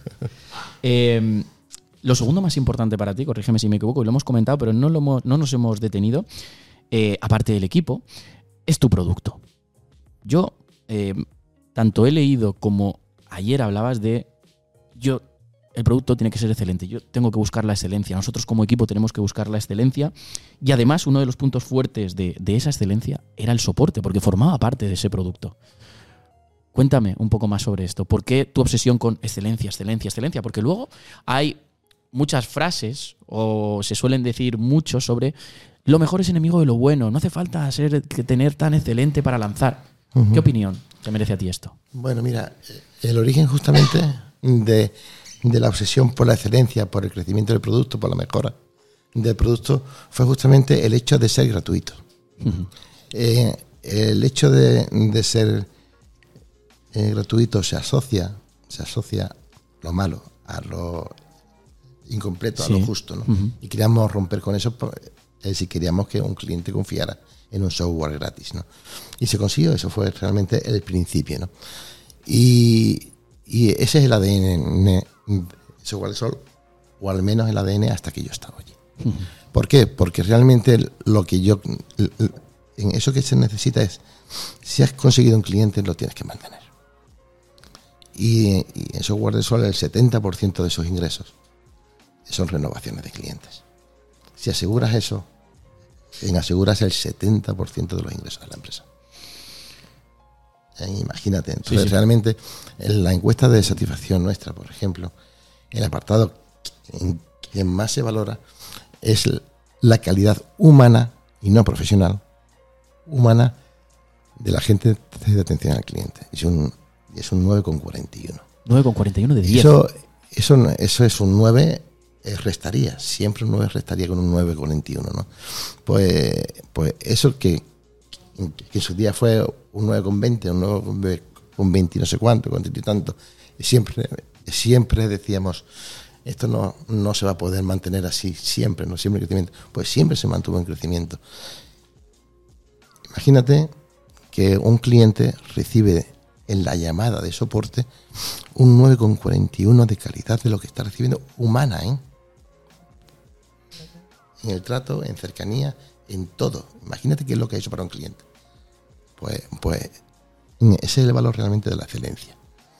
eh, lo segundo más importante para ti, corrígeme si me equivoco, y lo hemos comentado, pero no, lo hemos, no nos hemos detenido, eh, aparte del equipo, es tu producto. Yo... Eh, Tanto he leído como ayer hablabas de yo el producto tiene que ser excelente, yo tengo que buscar la excelencia, nosotros como equipo tenemos que buscar la excelencia y además uno de los puntos fuertes de, de esa excelencia era el soporte, porque formaba parte de ese producto. Cuéntame un poco más sobre esto, ¿por qué tu obsesión con excelencia, excelencia, excelencia? Porque luego hay muchas frases o se suelen decir mucho sobre lo mejor es enemigo de lo bueno, no hace falta ser, tener tan excelente para lanzar. Uh-huh. ¿Qué opinión te merece a ti esto?
Bueno, mira, el origen justamente de, de la obsesión por la excelencia, por el crecimiento del producto, por la mejora del producto, fue justamente el hecho de ser gratuito. Uh-huh. Eh, el hecho de, de ser eh, gratuito se asocia, se asocia lo malo a lo incompleto, sí. a lo justo, ¿no? Uh-huh. Y queríamos romper con eso, eh, si queríamos que un cliente confiara en un software gratis, ¿no? Y se consiguió, eso fue realmente el principio, ¿no? Y, y ese es el A D N de Software del Sol, o al menos el A D N hasta que yo estaba allí. Uh-huh. ¿Por qué? Porque realmente lo que yo, en eso que se necesita es, si has conseguido un cliente, lo tienes que mantener. Y, y en Software del Sol el setenta por ciento de sus ingresos son renovaciones de clientes. Si aseguras eso, en aseguras el setenta por ciento de los ingresos de la empresa. Eh, imagínate. Entonces, sí, sí. realmente, en la encuesta de satisfacción nuestra, por ejemplo, el apartado en que más se valora es la calidad humana y no profesional, humana, de la gente de atención al cliente. Es un, es un nueve coma cuarenta y uno.
nueve coma cuarenta y uno de diez.
Eso, eso, eso es un nueve. Restaría, siempre un nueve restaría con un nueve coma cuarenta y uno, ¿no? Pues, pues eso que, que en su día fue un nueve coma veinte, un nueve coma veinte, no sé cuánto, con treinta y tanto, siempre, siempre decíamos, esto no, no se va a poder mantener así, siempre, no siempre en crecimiento. Pues siempre se mantuvo en crecimiento. Imagínate que un cliente recibe en la llamada de soporte un nueve coma cuarenta y uno de calidad de lo que está recibiendo humana, ¿eh? En el trato, en cercanía, en todo. Imagínate qué es lo que ha hecho para un cliente. Pues, pues ese es el valor realmente de la excelencia.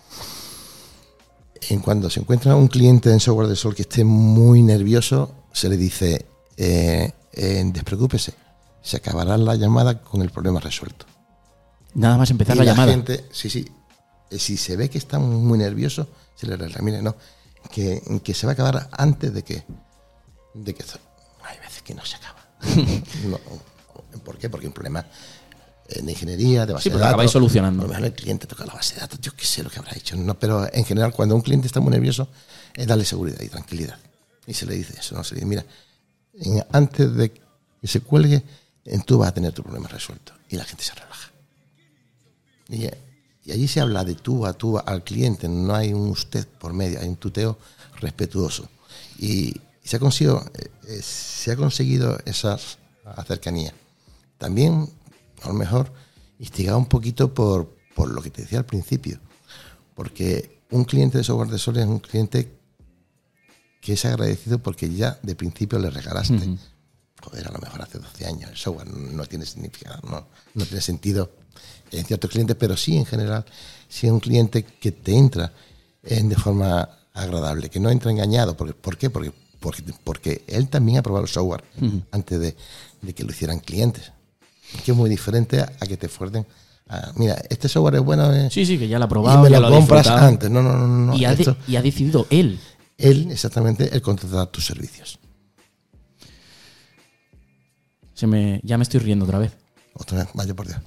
En cuando se encuentra un cliente en Software del Sol que esté muy nervioso, se le dice, eh, eh, despreocúpese, se acabará la llamada con el problema resuelto.
Nada más empezar
y
la,
la
llamada.
Gente, sí, sí. Si se ve que está muy nervioso, se le remire, no, que, que se va a acabar antes de que, de que hay veces que no se acaba. No, ¿por qué? Porque hay un problema de ingeniería, de base
sí,
de
datos. Sí,
datos.
acabáis solucionando.
A lo mejor el cliente toca la base de datos, yo qué sé lo que habrá hecho. No, pero en general, cuando un cliente está muy nervioso, es darle seguridad y tranquilidad. Y se le dice eso, no se le dice, mira, antes de que se cuelgue, tú vas a tener tu problema resuelto. Y la gente se relaja. Y, y allí se habla de tú a tú al cliente, no hay un usted por medio, hay un tuteo respetuoso. Y, y se ha conseguido, eh, se ha conseguido esa cercanía. También, a lo mejor, instigado un poquito por, por lo que te decía al principio. Porque un cliente de Software del Sol es un cliente que es agradecido porque ya de principio le regalaste. Uh-huh. Joder, a lo mejor hace doce años el software no tiene significado, no, no tiene sentido en ciertos clientes, pero sí en general, sí es un cliente que te entra en, de forma agradable, que no entra engañado. Porque, ¿Por qué? Porque, porque, porque él también ha probado el software uh-huh. antes de, de que lo hicieran clientes. Que es muy diferente a, a que te fuerten. A, mira, este software es bueno. Eh,
sí, sí, que ya lo ha probado.
Y me
ya
lo,
lo
compras antes. No, no, no. no
y, ha de, esto, y ha decidido él.
Él, exactamente, el contratar tus servicios.
Se me, ya me estoy riendo otra vez.
Otra vez, vaya por Dios.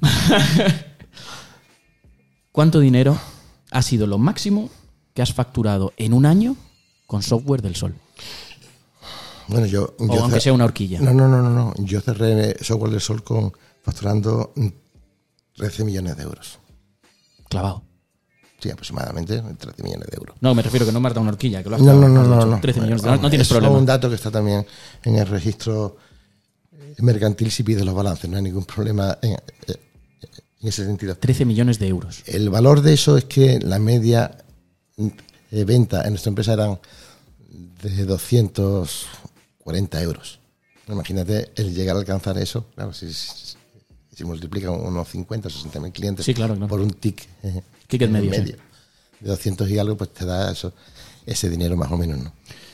¿Cuánto dinero ha sido lo máximo que has facturado en un año con Software del Sol?
Bueno, yo...
O
yo
aunque
cer-
sea una horquilla.
No, no, no, no, no. Yo cerré Software del Sol con facturando trece millones de euros.
Clavado.
Sí, aproximadamente trece millones de euros.
No, me refiero que no me has dado una horquilla. Que lo has
no,
clavado,
no, no,
has
no,
dicho
no.
trece millones de
Bueno,
euros. No tienes
es
problema.
Es un dato que está también en el registro mercantil si pides los balances. No hay ningún problema en, en ese sentido.
trece millones de euros.
El valor de eso es que la media de venta en nuestra empresa eran de doscientos cuarenta euros. Imagínate el llegar a alcanzar eso. Claro, si, si multiplican unos cincuenta o sesenta mil clientes
sí, claro, claro.
por un tic eh,
ticket medio,
medio
sí.
de doscientos y algo, pues te da eso, ese dinero más o menos, ¿no?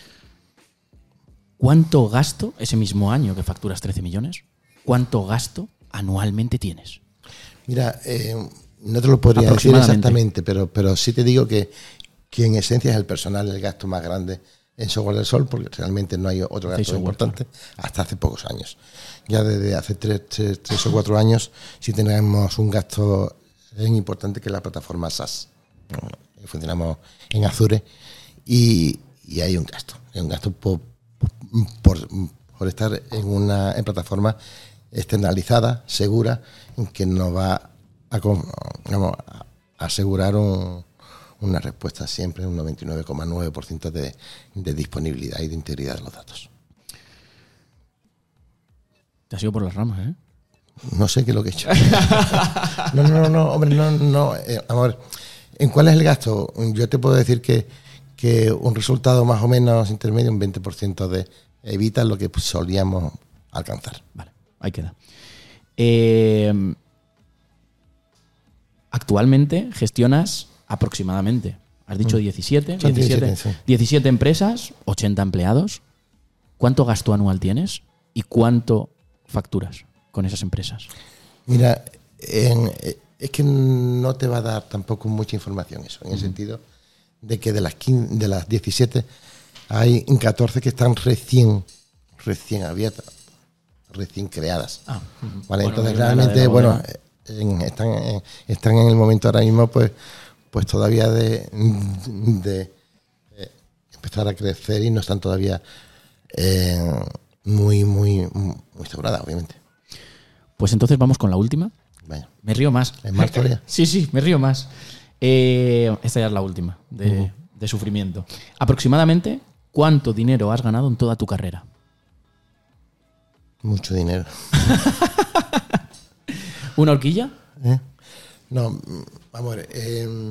¿Cuánto gasto ese mismo año que facturas trece millones? ¿Cuánto gasto anualmente tienes?
Mira, eh, no te lo podría decir exactamente, pero, pero sí te digo que, que en esencia es el personal el gasto más grande en software del Sol, porque realmente no hay otro gasto
software,
importante, hasta hace pocos años. Ya desde hace tres, tres, tres o cuatro años sí tenemos un gasto importante, que es la plataforma SaaS. Funcionamos en Azure y, y hay un gasto. Hay un gasto por, por, por estar en una en plataforma externalizada, segura, que nos va a, digamos, a asegurar un, una respuesta siempre, un noventa y nueve coma nueve por ciento de, de disponibilidad y de integridad de los datos.
Te has ido por las ramas, ¿eh?
No sé qué es lo que he hecho. No, no, no, no, hombre, no, no. Eh, amor, ¿en cuál es el gasto? Yo te puedo decir que, que un resultado más o menos intermedio, un veinte por ciento de evita lo que solíamos alcanzar.
Vale, ahí queda. Eh, actualmente gestionas aproximadamente, has dicho diecisiete,
Son
diecisiete,
diecisiete, sí.
diecisiete empresas, ochenta empleados. ¿Cuánto gasto anual tienes y cuánto facturas con esas empresas?
Mira, en, es que no te va a dar tampoco mucha información eso, en el uh-huh. sentido de que de las quince, de las diecisiete hay catorce que están recién recién abiertas, recién creadas. Ah, uh-huh. ¿Vale? Bueno, entonces realmente, bueno, en, están, en, están en el momento ahora mismo, pues, pues todavía de, de eh, empezar a crecer y no están todavía eh, muy, muy, muy instauradas, obviamente.
Pues entonces vamos con la última.
Vaya.
Me río más.
¿Es más todavía?
Sí, sí, me río más. Eh, esta ya es la última de, uh-huh. de sufrimiento. Aproximadamente, ¿cuánto dinero has ganado en toda tu carrera?
Mucho dinero.
¿Una horquilla?
¿Eh? No, vamos a ver. Eh,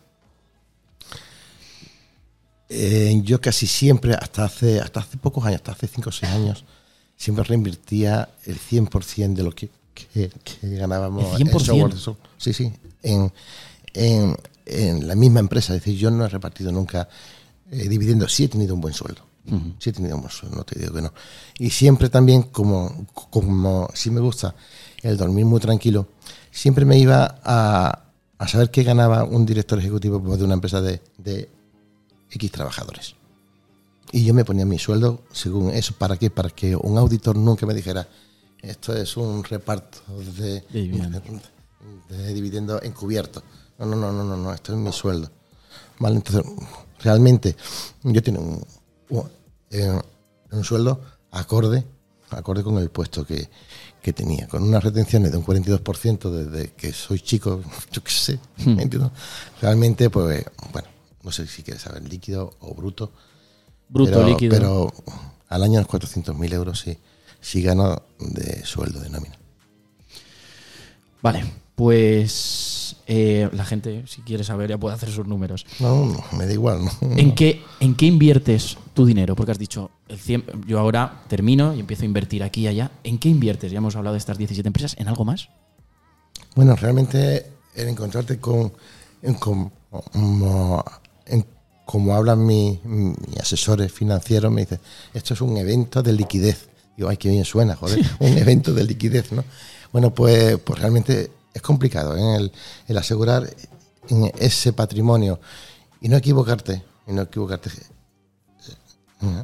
eh, yo casi siempre, hasta hace, hasta hace pocos años, hasta hace cinco o seis años, siempre reinvertía el cien por ciento de lo que, que, que ganábamos
¿El cien por ciento?
en software. Sí, sí, en, en, en la misma empresa. Es decir, yo no he repartido nunca eh, dividendos. Sí he tenido un buen sueldo. Uh-huh. Sí he tenido un buen sueldo, no te digo que no. Y siempre también, como, como sí me gusta el dormir muy tranquilo, siempre me iba a, a saber qué ganaba un director ejecutivo de una empresa de, de X trabajadores. Y yo me ponía mi sueldo según eso. ¿Para qué? Para que un auditor nunca me dijera, esto es un reparto de, de dividendo, de, de dividendo encubierto. No, no, no, no, no, no, esto es mi sueldo. Vale, entonces, realmente, yo tengo un, un, eh, un sueldo acorde, acorde con el puesto que, que tenía, con unas retenciones de un cuarenta y dos por ciento desde que soy chico, yo qué sé, hmm. ¿entiendes? Realmente, pues, bueno, no sé si quieres saber, líquido o bruto.
Bruto,
pero,
líquido.
Pero al año unos cuatrocientos mil euros sí, sí gano de sueldo, de nómina.
Vale, pues eh, la gente, si quiere saber, ya puede hacer sus números.
No, no me da igual. No,
¿En, qué, ¿En qué inviertes tu dinero? Porque has dicho, el cien, yo ahora termino y empiezo a invertir aquí y allá. ¿En qué inviertes? Ya hemos hablado de estas diecisiete empresas. ¿En algo más?
Bueno, realmente el encontrarte con... con como, en, como hablan mis mi asesores financieros, me dicen, esto es un evento de liquidez. Digo, ay, qué bien suena, joder, un evento de liquidez, ¿no? Bueno, pues, pues realmente es complicado, ¿eh? el, el asegurar en ese patrimonio y no equivocarte, y no equivocarte. ¿Eh?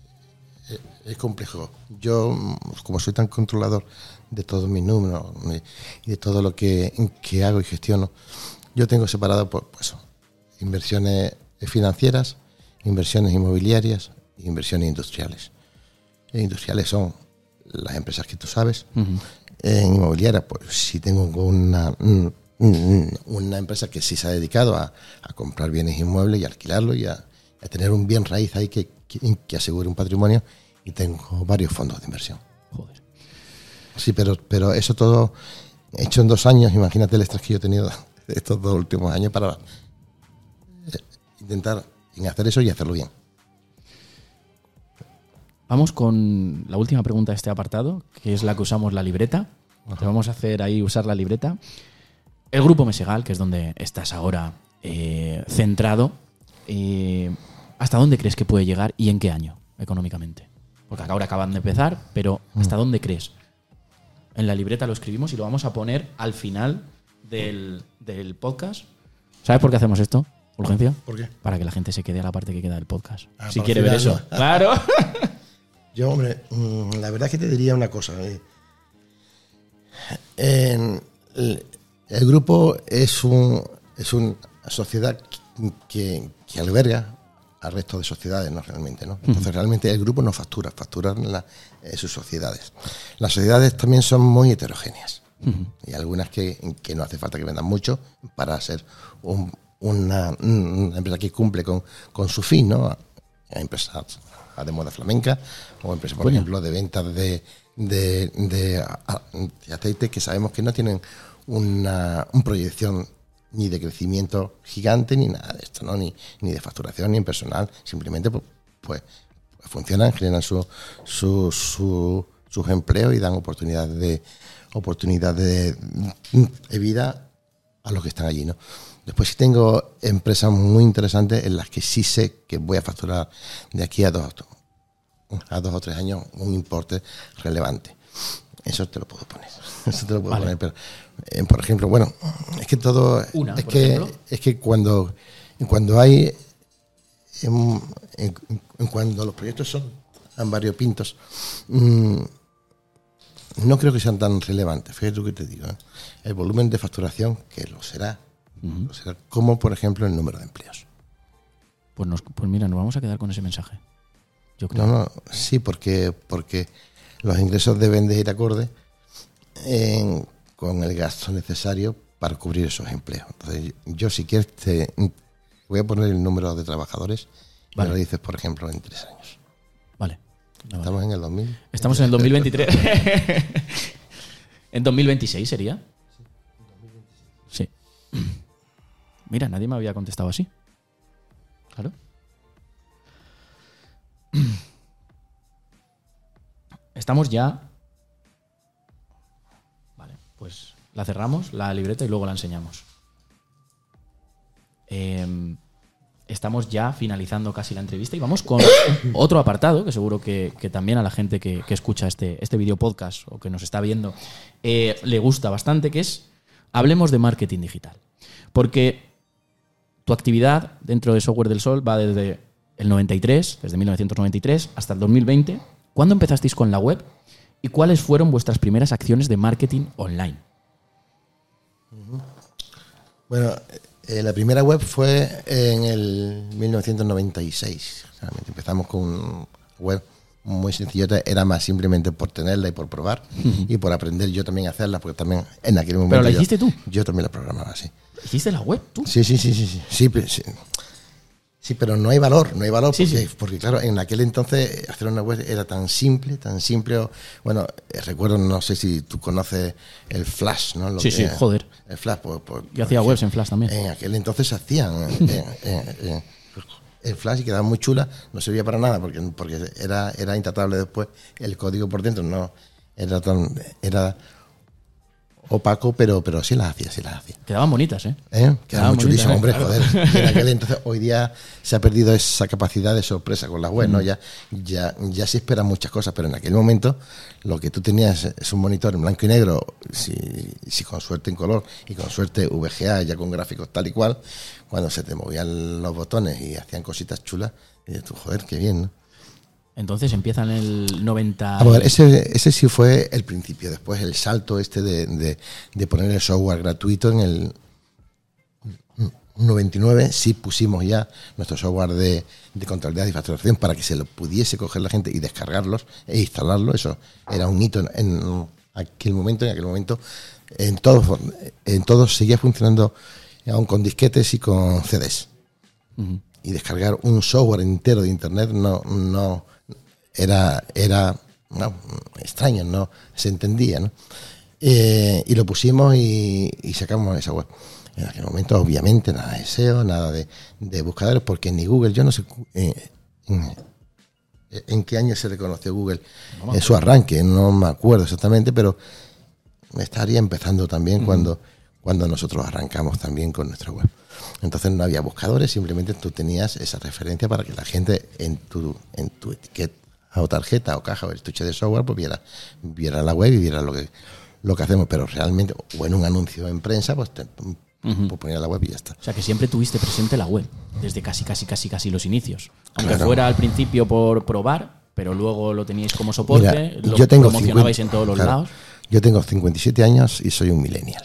Es complejo. Yo, como soy tan controlador de todos mis números y de todo lo que, que hago y gestiono, yo tengo separado por, pues, inversiones financieras, inversiones inmobiliarias e inversiones industriales. E industriales son las empresas que tú sabes. Uh-huh. En inmobiliaria, pues sí tengo una, una empresa que sí se ha dedicado a, a comprar bienes inmuebles y alquilarlos y a, a tener un bien raíz ahí que, que, que asegure un patrimonio, y tengo varios fondos de inversión.
Joder.
Sí, pero, pero eso todo hecho en dos años. Imagínate el estrés que yo he tenido estos dos últimos años para intentar hacer eso y hacerlo bien.
Vamos con la última pregunta de este apartado, que es la que usamos la libreta. Te vamos a hacer ahí usar la libreta. El Grupo Mesegal, que es donde estás ahora eh, centrado, eh, ¿hasta dónde crees que puede llegar y en qué año económicamente? Porque ahora acaban de empezar, pero ¿hasta mm. dónde crees? En la libreta lo escribimos y lo vamos a poner al final del, del podcast. ¿Sabes por qué hacemos esto? ¿Urgencia?
¿Por qué?
Para que la gente se quede a la parte que queda del podcast.
Ah,
si
para
quiere ver
final,
eso.
¿no?
Claro.
Yo, hombre, la verdad es que te diría una cosa. Eh. En el, el grupo es, un, es una sociedad que, que alberga al resto de sociedades, ¿no? Realmente, ¿no? Entonces, uh-huh. realmente el grupo no factura, facturan la, eh, sus sociedades. Las sociedades también son muy heterogéneas. Uh-huh. Y algunas que, que no hace falta que vendan mucho para ser un, una, una empresa que cumple con, con su fin, ¿no? Hay empresas de moda flamenca o empresas, por Coño. ejemplo, de ventas de, de, de, de aceite que sabemos que no tienen una, una proyección ni de crecimiento gigante ni nada de esto, ¿no? Ni, ni de facturación ni en personal, simplemente pues, pues funcionan, generan su, su, su, sus empleos y dan oportunidades de oportunidades de, de vida a los que están allí, ¿no? Después sí tengo empresas muy interesantes en las que sí sé que voy a facturar de aquí a dos, a dos o tres años un importe relevante. Eso te lo puedo poner. Eso te lo puedo vale. poner. Pero, eh, por ejemplo, bueno, es que todo.
Una,
es
por
que
ejemplo.
es que cuando cuando hay en, en, en cuando los proyectos son variopintos, mmm, no creo que sean tan relevantes. Fíjate lo que te digo, ¿eh? El volumen de facturación que lo será. Uh-huh. O sea, como por ejemplo el número de empleos.
Pues, nos, pues mira, nos vamos a quedar con ese mensaje. Yo creo.
No, no, sí, porque, porque los ingresos deben de ir acorde en, con el gasto necesario para cubrir esos empleos. Entonces, yo si quieres te voy a poner el número de trabajadores y vale. me lo dices, por ejemplo, en tres años.
Vale. No,
Estamos
vale.
en el dos mil.
Estamos en el dos mil veintitrés. ¿En dos mil veintiséis sería? Sí. Mira, nadie me había contestado así. Claro. Estamos ya. Vale, pues la cerramos, la libreta, y luego la enseñamos. Eh, estamos ya finalizando casi la entrevista y vamos con otro apartado que seguro que, que también a la gente que, que escucha este, este video podcast o que nos está viendo eh, le gusta bastante, que es hablemos de marketing digital. Porque tu actividad dentro de Software del Sol va desde el noventa y tres, desde mil novecientos noventa y tres hasta el dos mil veinte. ¿Cuándo empezasteis con la web y cuáles fueron vuestras primeras acciones de marketing online?
Bueno, eh, la primera web fue en el mil novecientos noventa y seis. Realmente empezamos con una web muy sencillota, era más simplemente por tenerla y por probar uh-huh. y por aprender yo también a hacerla, porque también en aquel momento...
¿Pero la
yo,
hiciste tú?
Yo también la programaba, sí.
¿Hiciste la web tú?
Sí, sí, sí, sí, sí, sí, sí, sí, pero no hay valor, no hay valor,
sí,
porque,
sí.
porque claro, en aquel entonces hacer una web era tan simple, tan simple, bueno, eh, recuerdo, no sé si tú conoces el Flash, ¿no? Lo
sí,
que,
sí, joder.
El Flash, pues... pues
yo hacía webs en Flash también.
En aquel entonces se hacían... eh, eh, eh, el Flash y quedaba muy chula, no servía para nada porque, porque era, era intratable después, el código por dentro no era tan era opaco, pero, pero sí las hacía, sí las hacía.
Quedaban bonitas, ¿eh?
¿Eh? Quedaban muy chulísimas, ¿eh? Hombre, claro. Joder. En aquel entonces, hoy día se ha perdido esa capacidad de sorpresa con las web, mm. ¿no? Ya, ya, ya se esperan muchas cosas, pero en aquel momento lo que tú tenías es un monitor en blanco y negro, si, si con suerte en color y con suerte V G A, ya con gráficos tal y cual, cuando se te movían los botones y hacían cositas chulas, y dices tú, joder, qué bien, ¿no?
Entonces empieza en el noventa...
A ver, ese, ese sí fue el principio. Después el salto este de, de, de poner el software gratuito en el noventa y nueve, sí pusimos ya nuestro software de, de contabilidad y facturación para que se lo pudiese coger la gente y descargarlos e instalarlo. Eso era un hito en, en aquel momento. En aquel momento en todos en todos seguía funcionando aún con disquetes y con C Ds. Uh-huh. Y descargar un software entero de internet no... no era era no, extraño, no se entendía, ¿no? Eh, y lo pusimos y, y sacamos esa web. En aquel momento, obviamente, nada de S E O, nada de, de buscadores, porque ni Google, yo no sé eh, en, en qué año se reconoció Google no en su arranque, no me acuerdo exactamente, pero estaría empezando también uh-huh. cuando, cuando nosotros arrancamos también con nuestra web. Entonces no había buscadores, simplemente tú tenías esa referencia para que la gente en tu, en tu etiqueta o tarjeta o caja o estuche de software pues viera, viera la web y viera lo que, lo que hacemos, pero realmente, o en un anuncio en prensa, pues te Uh-huh. Pues ponía la web y ya está.
O sea, que siempre tuviste presente la web, desde casi, casi, casi, casi los inicios. Aunque
claro.
fuera al principio por probar, pero luego lo teníais como soporte,
Mira,
lo
yo tengo
promocionabais
cincuenta,
en todos los
claro,
lados.
Yo tengo cincuenta y siete años y soy un millennial.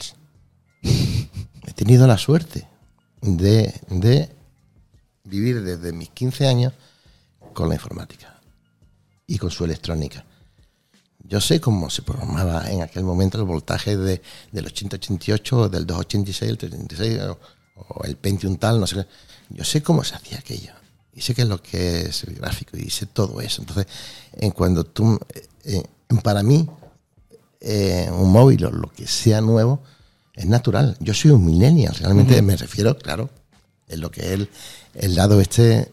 He tenido la suerte de, de vivir desde mis quince años con la informática y con su electrónica. Yo sé cómo se programaba en aquel momento el voltaje de, del ochenta ochenta y ocho, del doscientos ochenta y seis, el trescientos treinta y seis, o, o el Pentium tal, no sé qué. Yo sé cómo se hacía aquello. Y sé qué es lo que es el gráfico y sé todo eso. Entonces, en cuando tú, eh, para mí, eh, un móvil o lo que sea nuevo, es natural. Yo soy un millennial, realmente uh-huh. me refiero, claro, en lo que es el, el lado este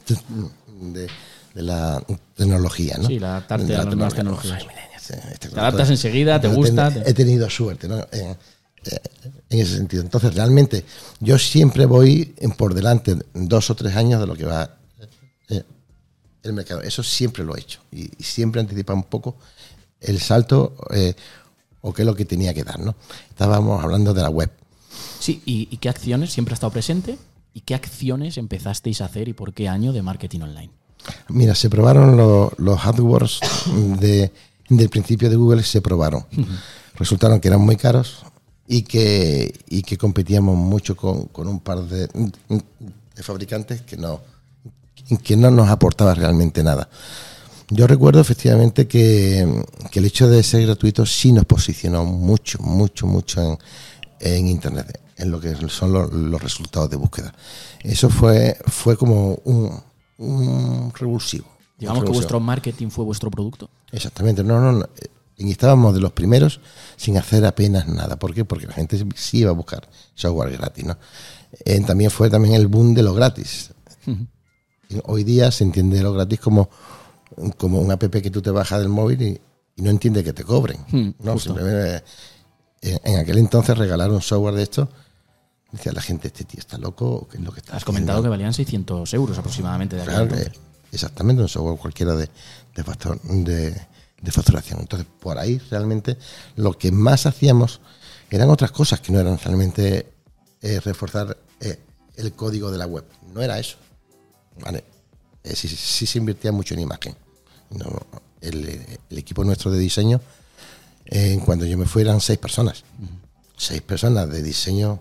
de, de la tecnología, ¿no?
Sí, la adaptarte a las nuevas tecnologías.
Este,
te adaptas enseguida, te gusta.
He tenido suerte, ¿no? En, en ese sentido. Entonces, realmente, yo siempre voy por delante dos o tres años de lo que va eh, el mercado. Eso siempre lo he hecho. Y, y siempre anticipa un poco el salto eh, o qué es lo que tenía que dar, ¿no? Estábamos hablando de la web.
Sí, ¿y, y qué acciones siempre ha estado presente? ¿Y qué acciones empezasteis a hacer y por qué año de marketing online?
Mira, se probaron lo, los AdWords de, del principio de Google, se probaron. Uh-huh. Resultaron que eran muy caros y que, y que competíamos mucho con, con un par de, de fabricantes que no, que no nos aportaba realmente nada. Yo recuerdo efectivamente que, que el hecho de ser gratuito sí nos posicionó mucho, mucho, mucho en, en Internet, en lo que son los, los resultados de búsqueda. Eso fue, fue como un, un revulsivo.
Digamos un revulsivo. Que vuestro marketing fue vuestro producto.
Exactamente, no, no, no. Y estábamos de los primeros sin hacer apenas nada. ¿Por qué? Porque la gente sí iba a buscar software gratis, ¿no? Eh, también fue también el boom de lo gratis. Uh-huh. Hoy día se entiende lo gratis como, como un app que tú te bajas del móvil y, y no entiende que te cobren. Uh-huh. ¿No? Simplemente, eh, en aquel entonces regalar un software de esto, decía la gente, este tío está loco, ¿qué es lo que está
Has
haciendo?
Comentado que valían seiscientos euros aproximadamente. De
claro, eh, exactamente, un software cualquiera de, de, factor, de de facturación. Entonces, por ahí realmente lo que más hacíamos eran otras cosas que no eran realmente eh, reforzar eh, el código de la web. No era eso. ¿Vale? Eh, sí, sí se invertía mucho en imagen. No, el, el equipo nuestro de diseño, eh, cuando yo me fui eran seis personas. Uh-huh. Seis personas de diseño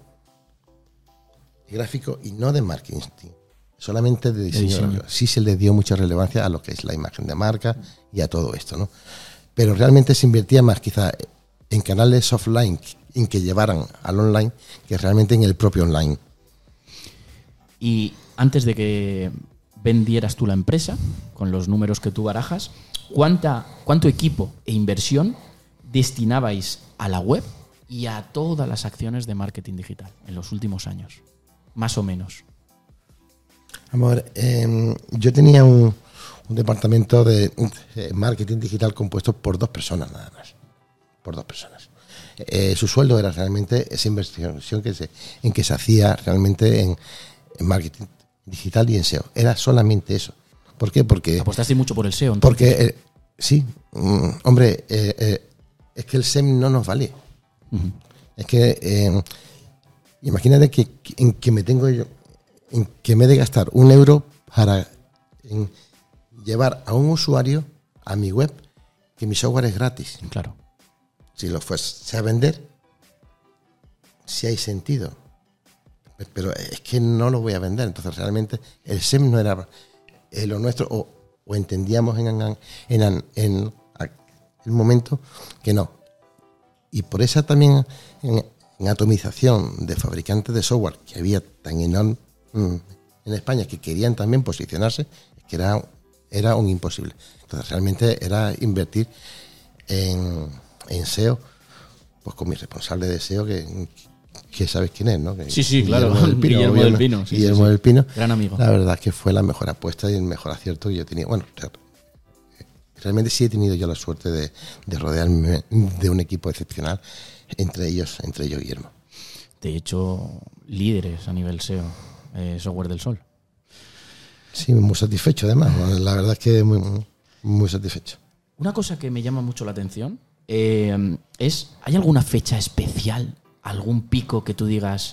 gráfico y no de marketing. Solamente de diseño, de diseño. Sí se le dio mucha relevancia a lo que es la imagen de marca y a todo esto, ¿no? Pero realmente se invertía más quizá en canales offline en que llevaran al online que realmente en el propio online.
Y antes de que vendieras tú la empresa, con los números que tú barajas, ¿cuánta, cuánto equipo e inversión destinabais a la web y a todas las acciones de marketing digital en los últimos años? Más o menos.
Amor, eh, yo tenía un, un departamento de eh, marketing digital compuesto por dos personas nada más. Por dos personas. Eh, su sueldo era realmente esa inversión que se, en que se hacía realmente en, en marketing digital y en S E O. Era solamente eso. ¿Por qué? Porque
apostaste mucho por el S E O. Entonces.
Porque, eh, sí, mm, hombre, eh, eh, es que el S E M no nos vale. Uh-huh. Es que, eh, imagínate que, en que me tengo yo, en que me he de gastar un euro para en llevar a un usuario a mi web que mi software es gratis.
Claro.
Si lo fuese a vender, sí hay sentido. Pero es que no lo voy a vender. Entonces realmente el S E M no era eh, lo nuestro, o, o entendíamos en, en, en, en el momento que no. Y por esa también en, en atomización de fabricantes de software que había tan enorme en España que querían también posicionarse, que era, era un imposible. Entonces realmente era invertir en, en S E O, pues con mi responsable de S E O que, que sabes quién es, ¿no? Que,
sí, sí, claro,
Guillermo del Pino.
Guillermo del Pino, sí,
Guillermo
sí, sí.
del Pino.
Gran amigo.
La verdad es que fue la mejor apuesta y el mejor acierto que yo tenía. Bueno, realmente sí he tenido yo la suerte de, de rodearme de un equipo excepcional, entre ellos, entre ellos Guillermo.
De hecho, líderes a nivel S E O. Eh, software del Sol.
Sí, muy satisfecho además. La verdad es que muy, muy satisfecho.
Una cosa que me llama mucho la atención eh, es, ¿hay alguna fecha especial, algún pico que tú digas,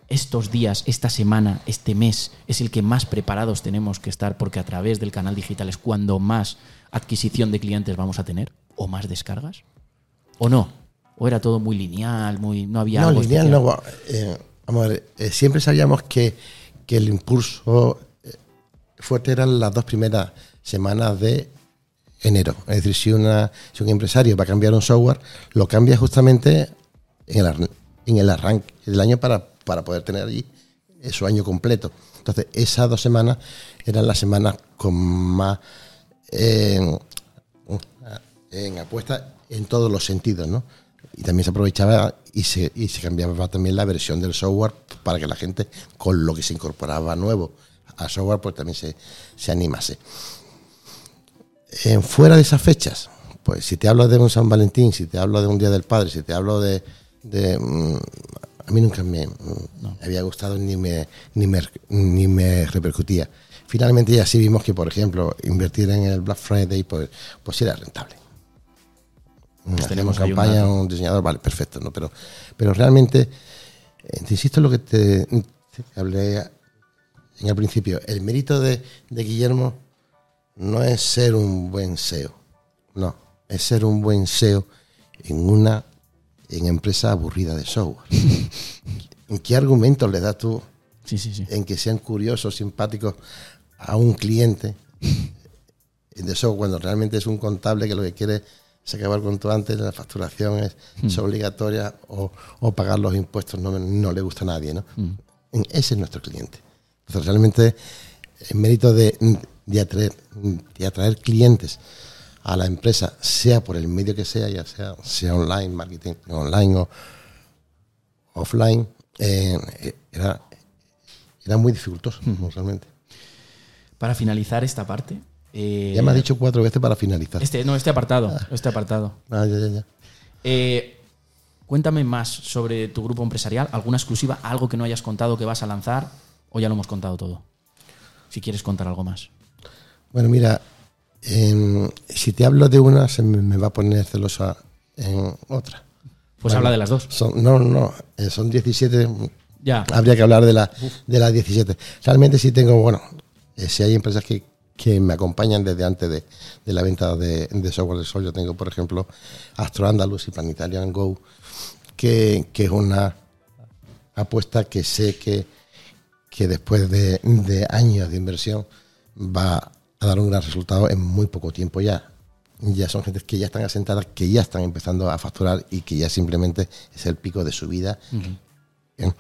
estos días, esta semana, este mes es el que más preparados tenemos que estar porque a través del canal digital es cuando más adquisición de clientes vamos a tener o más descargas? ¿O no? ¿O era todo muy lineal, muy no había
no,
algo
lineal
especial?
no. Eh, vamos a ver, eh, siempre sabíamos que, que el impulso eh, fuerte eran las dos primeras semanas de enero. Es decir, si, una, si un empresario va a cambiar un software, lo cambia justamente en el, en el arranque del año para, para poder tener allí su año completo. Entonces, esas dos semanas eran las semanas con más eh, en apuesta en todos los sentidos, ¿no? Y también se aprovechaba y se, y se cambiaba también la versión del software para que la gente, con lo que se incorporaba nuevo al software, pues también se, se animase. En fuera de esas fechas, pues si te hablo de un San Valentín, si te hablo de un Día del Padre, si te hablo de... de mm, a mí nunca me, no. me había gustado ni me, ni, me, ni me repercutía. Finalmente ya sí vimos que, por ejemplo, invertir en el Black Friday pues, pues era rentable. Pues tenemos campaña, un, un diseñador, vale, perfecto, ¿no? Pero, pero realmente, eh, te insisto en lo que te, te hablé en el principio, el mérito de, de Guillermo no es ser un buen S E O, no, es ser un buen S E O en una en empresa aburrida de software. ¿En qué argumentos le das tú
sí, sí, sí.
en que sean curiosos, simpáticos a un cliente de software cuando realmente es un contable que lo que quiere es acabar con todo antes, la facturación es, mm. es obligatoria o, o pagar los impuestos no, no le gusta a nadie, ¿no? Mm. Ese es nuestro cliente. Entonces realmente el mérito de, de, atraer, de atraer clientes a la empresa, sea por el medio que sea, ya sea, sea online, marketing online o offline, eh, era, era muy dificultoso, mm. realmente.
Para finalizar esta parte... Eh,
ya me has dicho cuatro veces para finalizar.
Este, no, este apartado. Ah. Este apartado.
Ah, ya, ya, ya.
Eh, cuéntame más sobre tu grupo empresarial, alguna exclusiva, algo que no hayas contado que vas a lanzar, o ya lo hemos contado todo. Si quieres contar algo más.
Bueno, mira, eh, si te hablo de una, se me, me va a poner celosa en otra.
Pues
bueno,
habla de las dos.
Son, no, no, eh, son diecisiete.
Ya.
Habría que hablar de, la, de las diecisiete. Realmente sí tengo, bueno, eh, si hay empresas que que me acompañan desde antes de, de la venta de, de software del Sol. Yo tengo, por ejemplo, Astro Andalus y Pan Italian Go, que, que es una apuesta que sé que, que después de, de años de inversión va a dar un gran resultado en muy poco tiempo ya. Ya son gente que ya están asentadas, que ya están empezando a facturar y que ya simplemente es el pico de su vida. Uh-huh. en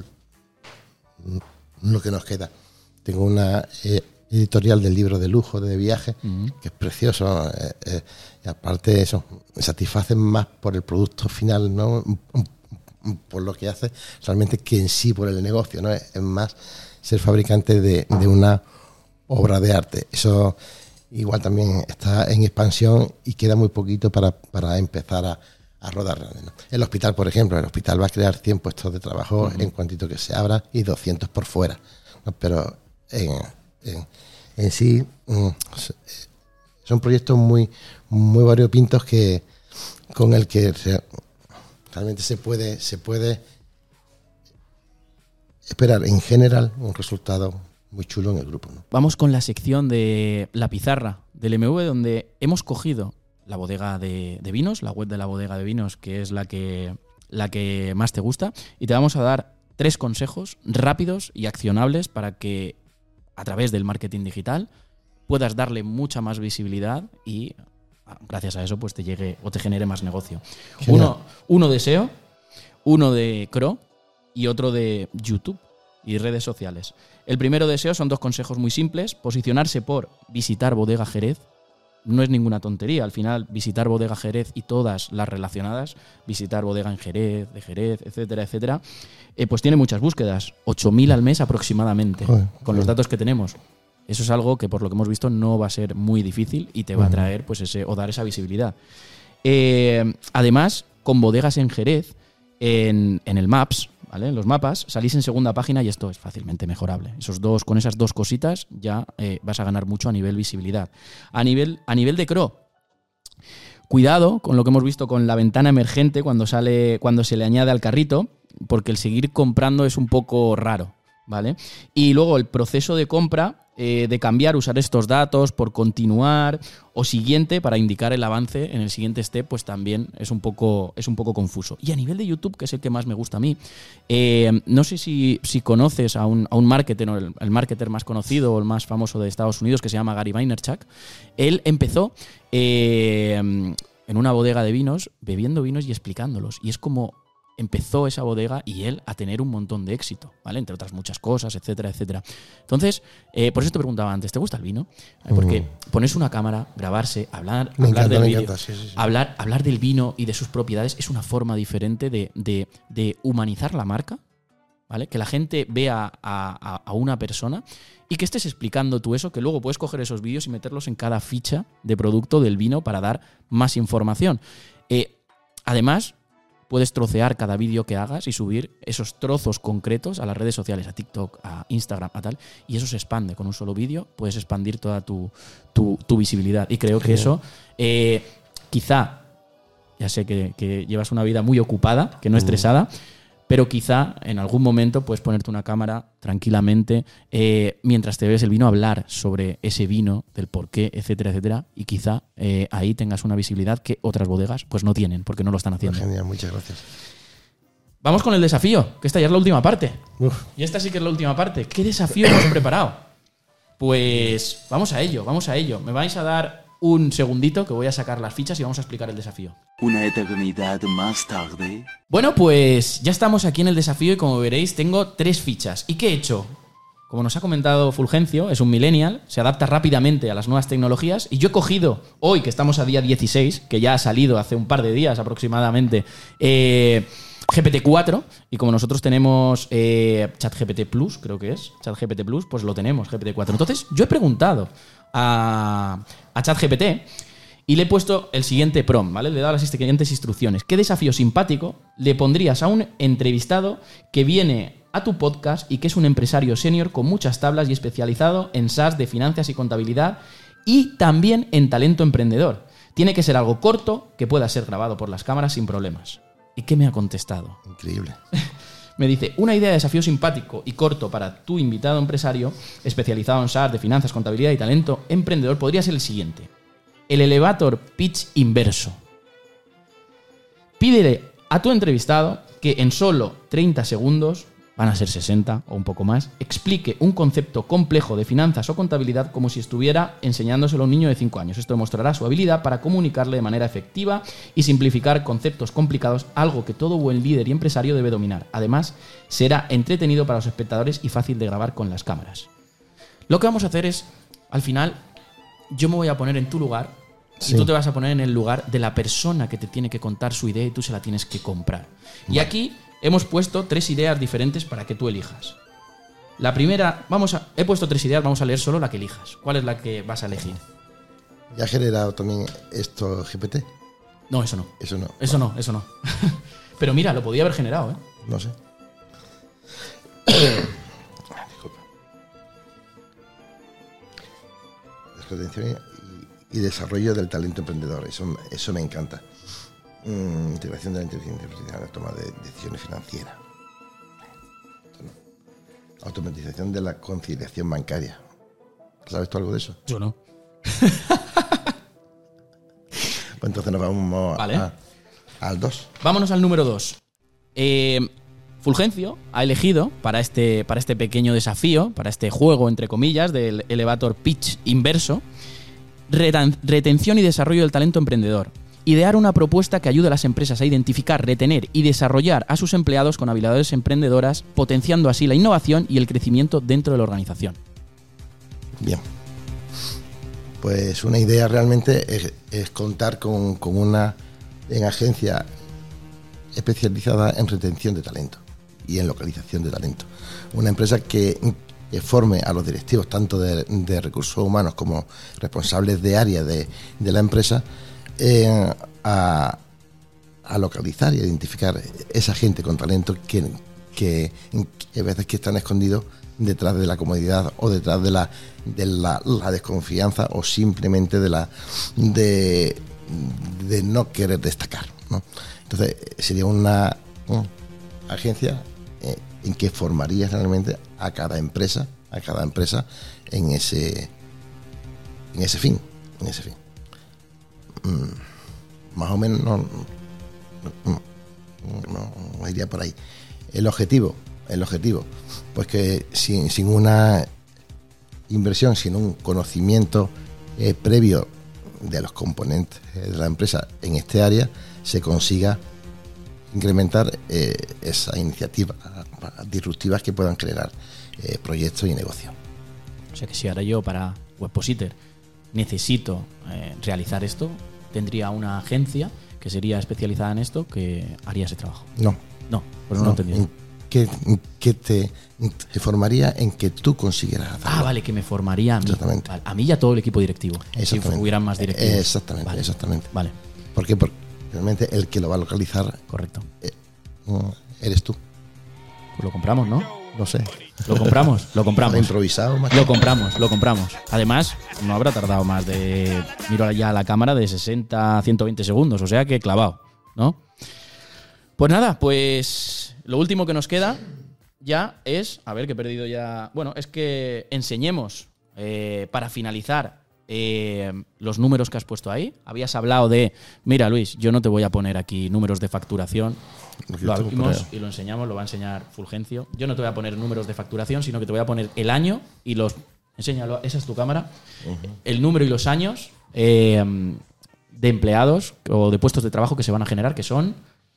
lo que nos queda. Tengo una... Eh, editorial del libro de lujo de viaje, uh-huh. que es precioso, eh, eh, y aparte eso, me satisface más por el producto final, ¿no? Por lo que hace, realmente que en sí por el negocio, ¿no? Es, es más ser fabricante de, de una obra de arte. Eso igual también está en expansión y queda muy poquito para, para empezar a, a rodar, ¿no? El hospital, por ejemplo, el hospital va a crear cien puestos de trabajo uh-huh. en cuantito que se abra y doscientos por fuera, ¿no? Pero en En, en sí mm, son proyectos muy muy variopintos que con el que se, realmente se puede se puede esperar en general un resultado muy chulo en el grupo, ¿no?
Vamos con la sección de la pizarra del M V, donde hemos cogido la bodega de, de vinos, la web de la bodega de vinos, que es la que la que más te gusta, y te vamos a dar tres consejos rápidos y accionables para que a través del marketing digital puedas darle mucha más visibilidad y gracias a eso pues te llegue o te genere más negocio. Uno, uno de S E O, uno de C R O y otro de YouTube y redes sociales. El primero de S E O son dos consejos muy simples. Posicionarse por visitar Bodega Jerez. No es ninguna tontería. Al final, visitar Bodega Jerez y todas las relacionadas, visitar Bodega en Jerez, de Jerez, etcétera, etcétera, eh, pues tiene muchas búsquedas. ocho mil al mes aproximadamente, joder, con joder. los datos que tenemos. Eso es algo que, por lo que hemos visto, no va a ser muy difícil y te va a traer pues ese, o dar esa visibilidad. Eh, además, con bodegas en Jerez, en, en el Maps, ¿vale? En los mapas, salís en segunda página y esto es fácilmente mejorable. Esos dos, con esas dos cositas ya eh, vas a ganar mucho a nivel visibilidad. A nivel, a nivel de C R O, cuidado con lo que hemos visto con la ventana emergente cuando, sale, cuando se le añade al carrito. porque el seguir comprando es un poco raro, ¿vale? Y luego el proceso de compra, eh, de cambiar, usar estos datos por continuar o siguiente para indicar el avance en el siguiente step, pues también es un poco, es un poco confuso. Y a nivel de YouTube, que es el que más me gusta a mí, eh, no sé si, si conoces a un, a un marketer, el, el marketer más conocido o el más famoso de Estados Unidos, que se llama Gary Vaynerchuk. Él empezó eh, en una bodega de vinos, bebiendo vinos y explicándolos. Y es como empezó esa bodega y él a tener un montón de éxito, ¿vale? Entre otras muchas cosas, etcétera, etcétera. Entonces, eh, por eso te preguntaba antes, ¿te gusta el vino? Eh, porque mm. ponerse una cámara, grabarse, hablar,
me
hablar
encanta,
del
me
vídeo,
encanta, sí, sí, sí.
hablar, hablar del vino y de sus propiedades es una forma diferente de, de, de humanizar la marca, ¿vale? Que la gente vea a, a, a una persona y que estés explicando tú eso, que luego puedes coger esos vídeos y meterlos en cada ficha de producto del vino para dar más información. Eh, además, puedes trocear cada vídeo que hagas y subir esos trozos concretos a las redes sociales, a TikTok, a Instagram, a tal, y eso se expande. Con un solo vídeo puedes expandir toda tu, tu, tu visibilidad. Y creo que eso, eh, quizá, ya sé que, que llevas una vida muy ocupada, que no estresada, pero quizá en algún momento puedes ponerte una cámara tranquilamente eh, mientras te bebes el vino, hablar sobre ese vino, del porqué, etcétera, etcétera, y quizá eh, ahí tengas una visibilidad que otras bodegas pues no tienen, porque no lo están haciendo.
Genial, muchas gracias.
Vamos con el desafío, que esta ya es la última parte.
Uf.
Y esta sí que es la última parte. ¿Qué desafío hemos preparado? Pues vamos a ello, vamos a ello. Me vais a dar un segundito que voy a sacar las fichas y vamos a explicar el desafío.
Una eternidad más tarde.
Bueno, pues ya estamos aquí en el desafío y como veréis tengo tres fichas. ¿Y qué he hecho? Como nos ha comentado Fulgencio, es un millennial, se adapta rápidamente a las nuevas tecnologías y yo he cogido, hoy que estamos a día dieciséis, que ya ha salido hace un par de días aproximadamente, eh, G P T cuatro, y como nosotros tenemos eh, ChatGPT Plus, creo que es, ChatGPT Plus, pues lo tenemos, G P T cuatro. Entonces yo he preguntado a, a ChatGPT y le he puesto el siguiente prompt, ¿vale? Le he dado las siguientes instrucciones. ¿Qué desafío simpático le pondrías a un entrevistado que viene a tu podcast y que es un empresario senior con muchas tablas y especializado en SaaS de finanzas y contabilidad y también en talento emprendedor? Tiene que ser algo corto que pueda ser grabado por las cámaras sin problemas. ¿Y qué me ha contestado?
Increíble.
Me dice, una idea de desafío simpático y corto para tu invitado empresario especializado en SaaS de finanzas, contabilidad y talento emprendedor podría ser el siguiente. El elevator pitch inverso. Pídele a tu entrevistado que en solo treinta segundos, van a ser sesenta o un poco más, explique un concepto complejo de finanzas o contabilidad como si estuviera enseñándoselo a un niño de cinco años. Esto demostrará su habilidad para comunicarle de manera efectiva y simplificar conceptos complicados, algo que todo buen líder y empresario debe dominar. Además, será entretenido para los espectadores y fácil de grabar con las cámaras. Lo que vamos a hacer es, al final, yo me voy a poner en tu lugar y sí. Tú te vas a poner en el lugar de la persona que te tiene que contar su idea y tú se la tienes que comprar. Vale. Y aquí hemos puesto tres ideas diferentes para que tú elijas. La primera, vamos a, he puesto tres ideas, vamos a leer solo la que elijas. ¿Cuál es la que vas a elegir?
¿Ya ha generado también esto G P T?
No, eso no.
Eso no.
Eso no, eso no. Pero mira, lo podía haber generado, ¿eh?
No sé. Disculpa. Retención y, y desarrollo del talento emprendedor. Eso, eso me encanta. Mm, integración de la inteligencia artificial en la toma de decisiones financieras. No. Automatización de la conciliación bancaria. ¿Sabes tú algo de eso?
Yo no.
Pues entonces nos vamos
vale.
a, al dos.
Vámonos al número dos. Eh, Fulgencio ha elegido para este, para este pequeño desafío, para este juego, entre comillas, del elevator pitch inverso, retan- retención y desarrollo del talento emprendedor. Idear una propuesta que ayude a las empresas a identificar, retener y desarrollar a sus empleados con habilidades emprendedoras, potenciando así la innovación y el crecimiento dentro de la organización.
Bien. Pues una idea realmente es, es contar con, con una en agencia especializada en retención de talento y en localización de talento. Una empresa que, que forme a los directivos, tanto de, de recursos humanos como responsables de área de, de la empresa, Eh, a, a localizar y a identificar esa gente con talento que, que, que a veces que están escondidos detrás de la comodidad o detrás de la de la, la desconfianza o simplemente de la de, de no querer destacar, ¿no? Entonces sería una agencia eh, en que formarías realmente a cada empresa, a cada empresa en ese, en ese fin, en ese fin. Mm, más o menos no, no, no, no iría por ahí. El objetivo, el objetivo, pues que sin, sin una inversión, sin un conocimiento eh, previo de los componentes de la empresa en este área, se consiga incrementar eh, esas iniciativas disruptivas que puedan generar eh, proyectos y negocios.
O sea que si ahora yo para Webpositor necesito eh, realizar esto, tendría una agencia que sería especializada en esto que haría ese trabajo.
No.
No, pues no, no lo he entendido.
Que, que te, te formaría en que tú consiguieras hacerlo.
Ah, vale, que me formaría a mí.
Exactamente.
Vale, a mí y a todo el equipo directivo. Si hubieran más directivos.
Exactamente,
vale.
exactamente.
Vale.
¿Por qué? Porque realmente el que lo va a localizar.
Correcto.
Eh, eres tú.
Pues lo compramos, ¿no?
Lo sé.
Lo compramos, lo compramos.
Improvisado, macho.
Lo compramos, lo compramos. Además, no habrá tardado más de, miro ya a la cámara, de sesenta a ciento veinte segundos, o sea que clavado, ¿no? Pues nada, pues lo último que nos queda ya es, a ver que he perdido ya, bueno, es que enseñemos eh, para finalizar eh, los números que has puesto ahí. Habías hablado de, mira Luis, yo no te voy a poner aquí números de facturación. Lo abrimos y lo enseñamos, lo va a enseñar Fulgencio. Yo no te voy a poner números de facturación, sino que te voy a poner el año y los... Enséñalo, esa es tu cámara. Uh-huh. El número y los años eh, de empleados o de puestos de trabajo que se van a generar, que son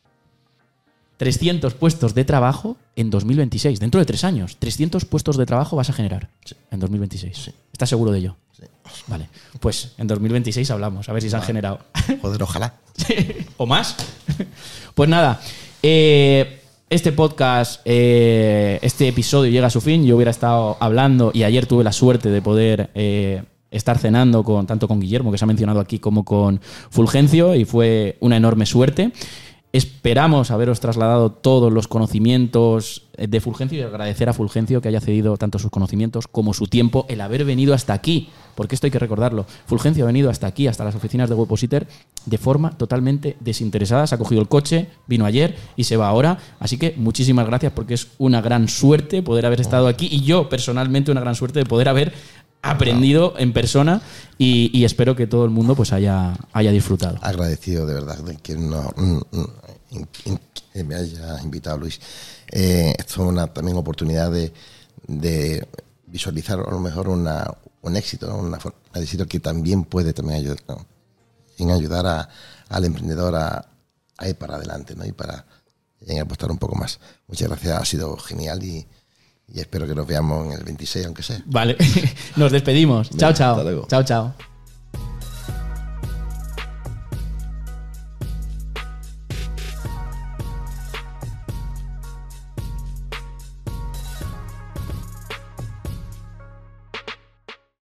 trescientos puestos de trabajo en dos mil veintiséis. Dentro de tres años, trescientos puestos de trabajo vas a generar sí. en dos mil veintiséis. Sí. ¿Estás seguro de ello?
Sí.
Vale, pues en dos mil veintiséis hablamos, a ver si se han generado.
Joder, ojalá.
¿O más? Pues nada, eh, este podcast, eh, este episodio llega a su fin. Yo hubiera estado hablando y ayer tuve la suerte de poder eh, estar cenando con tanto con Guillermo, que se ha mencionado aquí, como con Fulgencio, y fue una enorme suerte. Esperamos haberos trasladado todos los conocimientos de Fulgencio y agradecer a Fulgencio que haya cedido tanto sus conocimientos como su tiempo, el haber venido hasta aquí, porque esto hay que recordarlo. Fulgencio ha venido hasta aquí, hasta las oficinas de Webpositor, de forma totalmente desinteresada. Se ha cogido el coche, vino ayer y se va ahora. Así que muchísimas gracias, porque es una gran suerte poder haber estado aquí, y yo personalmente una gran suerte de poder haber aprendido en persona, y, y espero que todo el mundo pues haya, haya disfrutado.
Agradecido de verdad de que, no, que me haya invitado, Luis. Eh, esto es una también oportunidad de, de visualizar a lo mejor una, un éxito, ¿no? Una, un éxito que también puede también ayudar, ¿no? en ayudar a, al emprendedor a, a ir para adelante, ¿no? Y para en apostar un poco más. Muchas gracias, ha sido genial y Y espero que nos veamos en el veintiséis, aunque sea.
Vale, nos despedimos. Chao, chao. Chao, chao.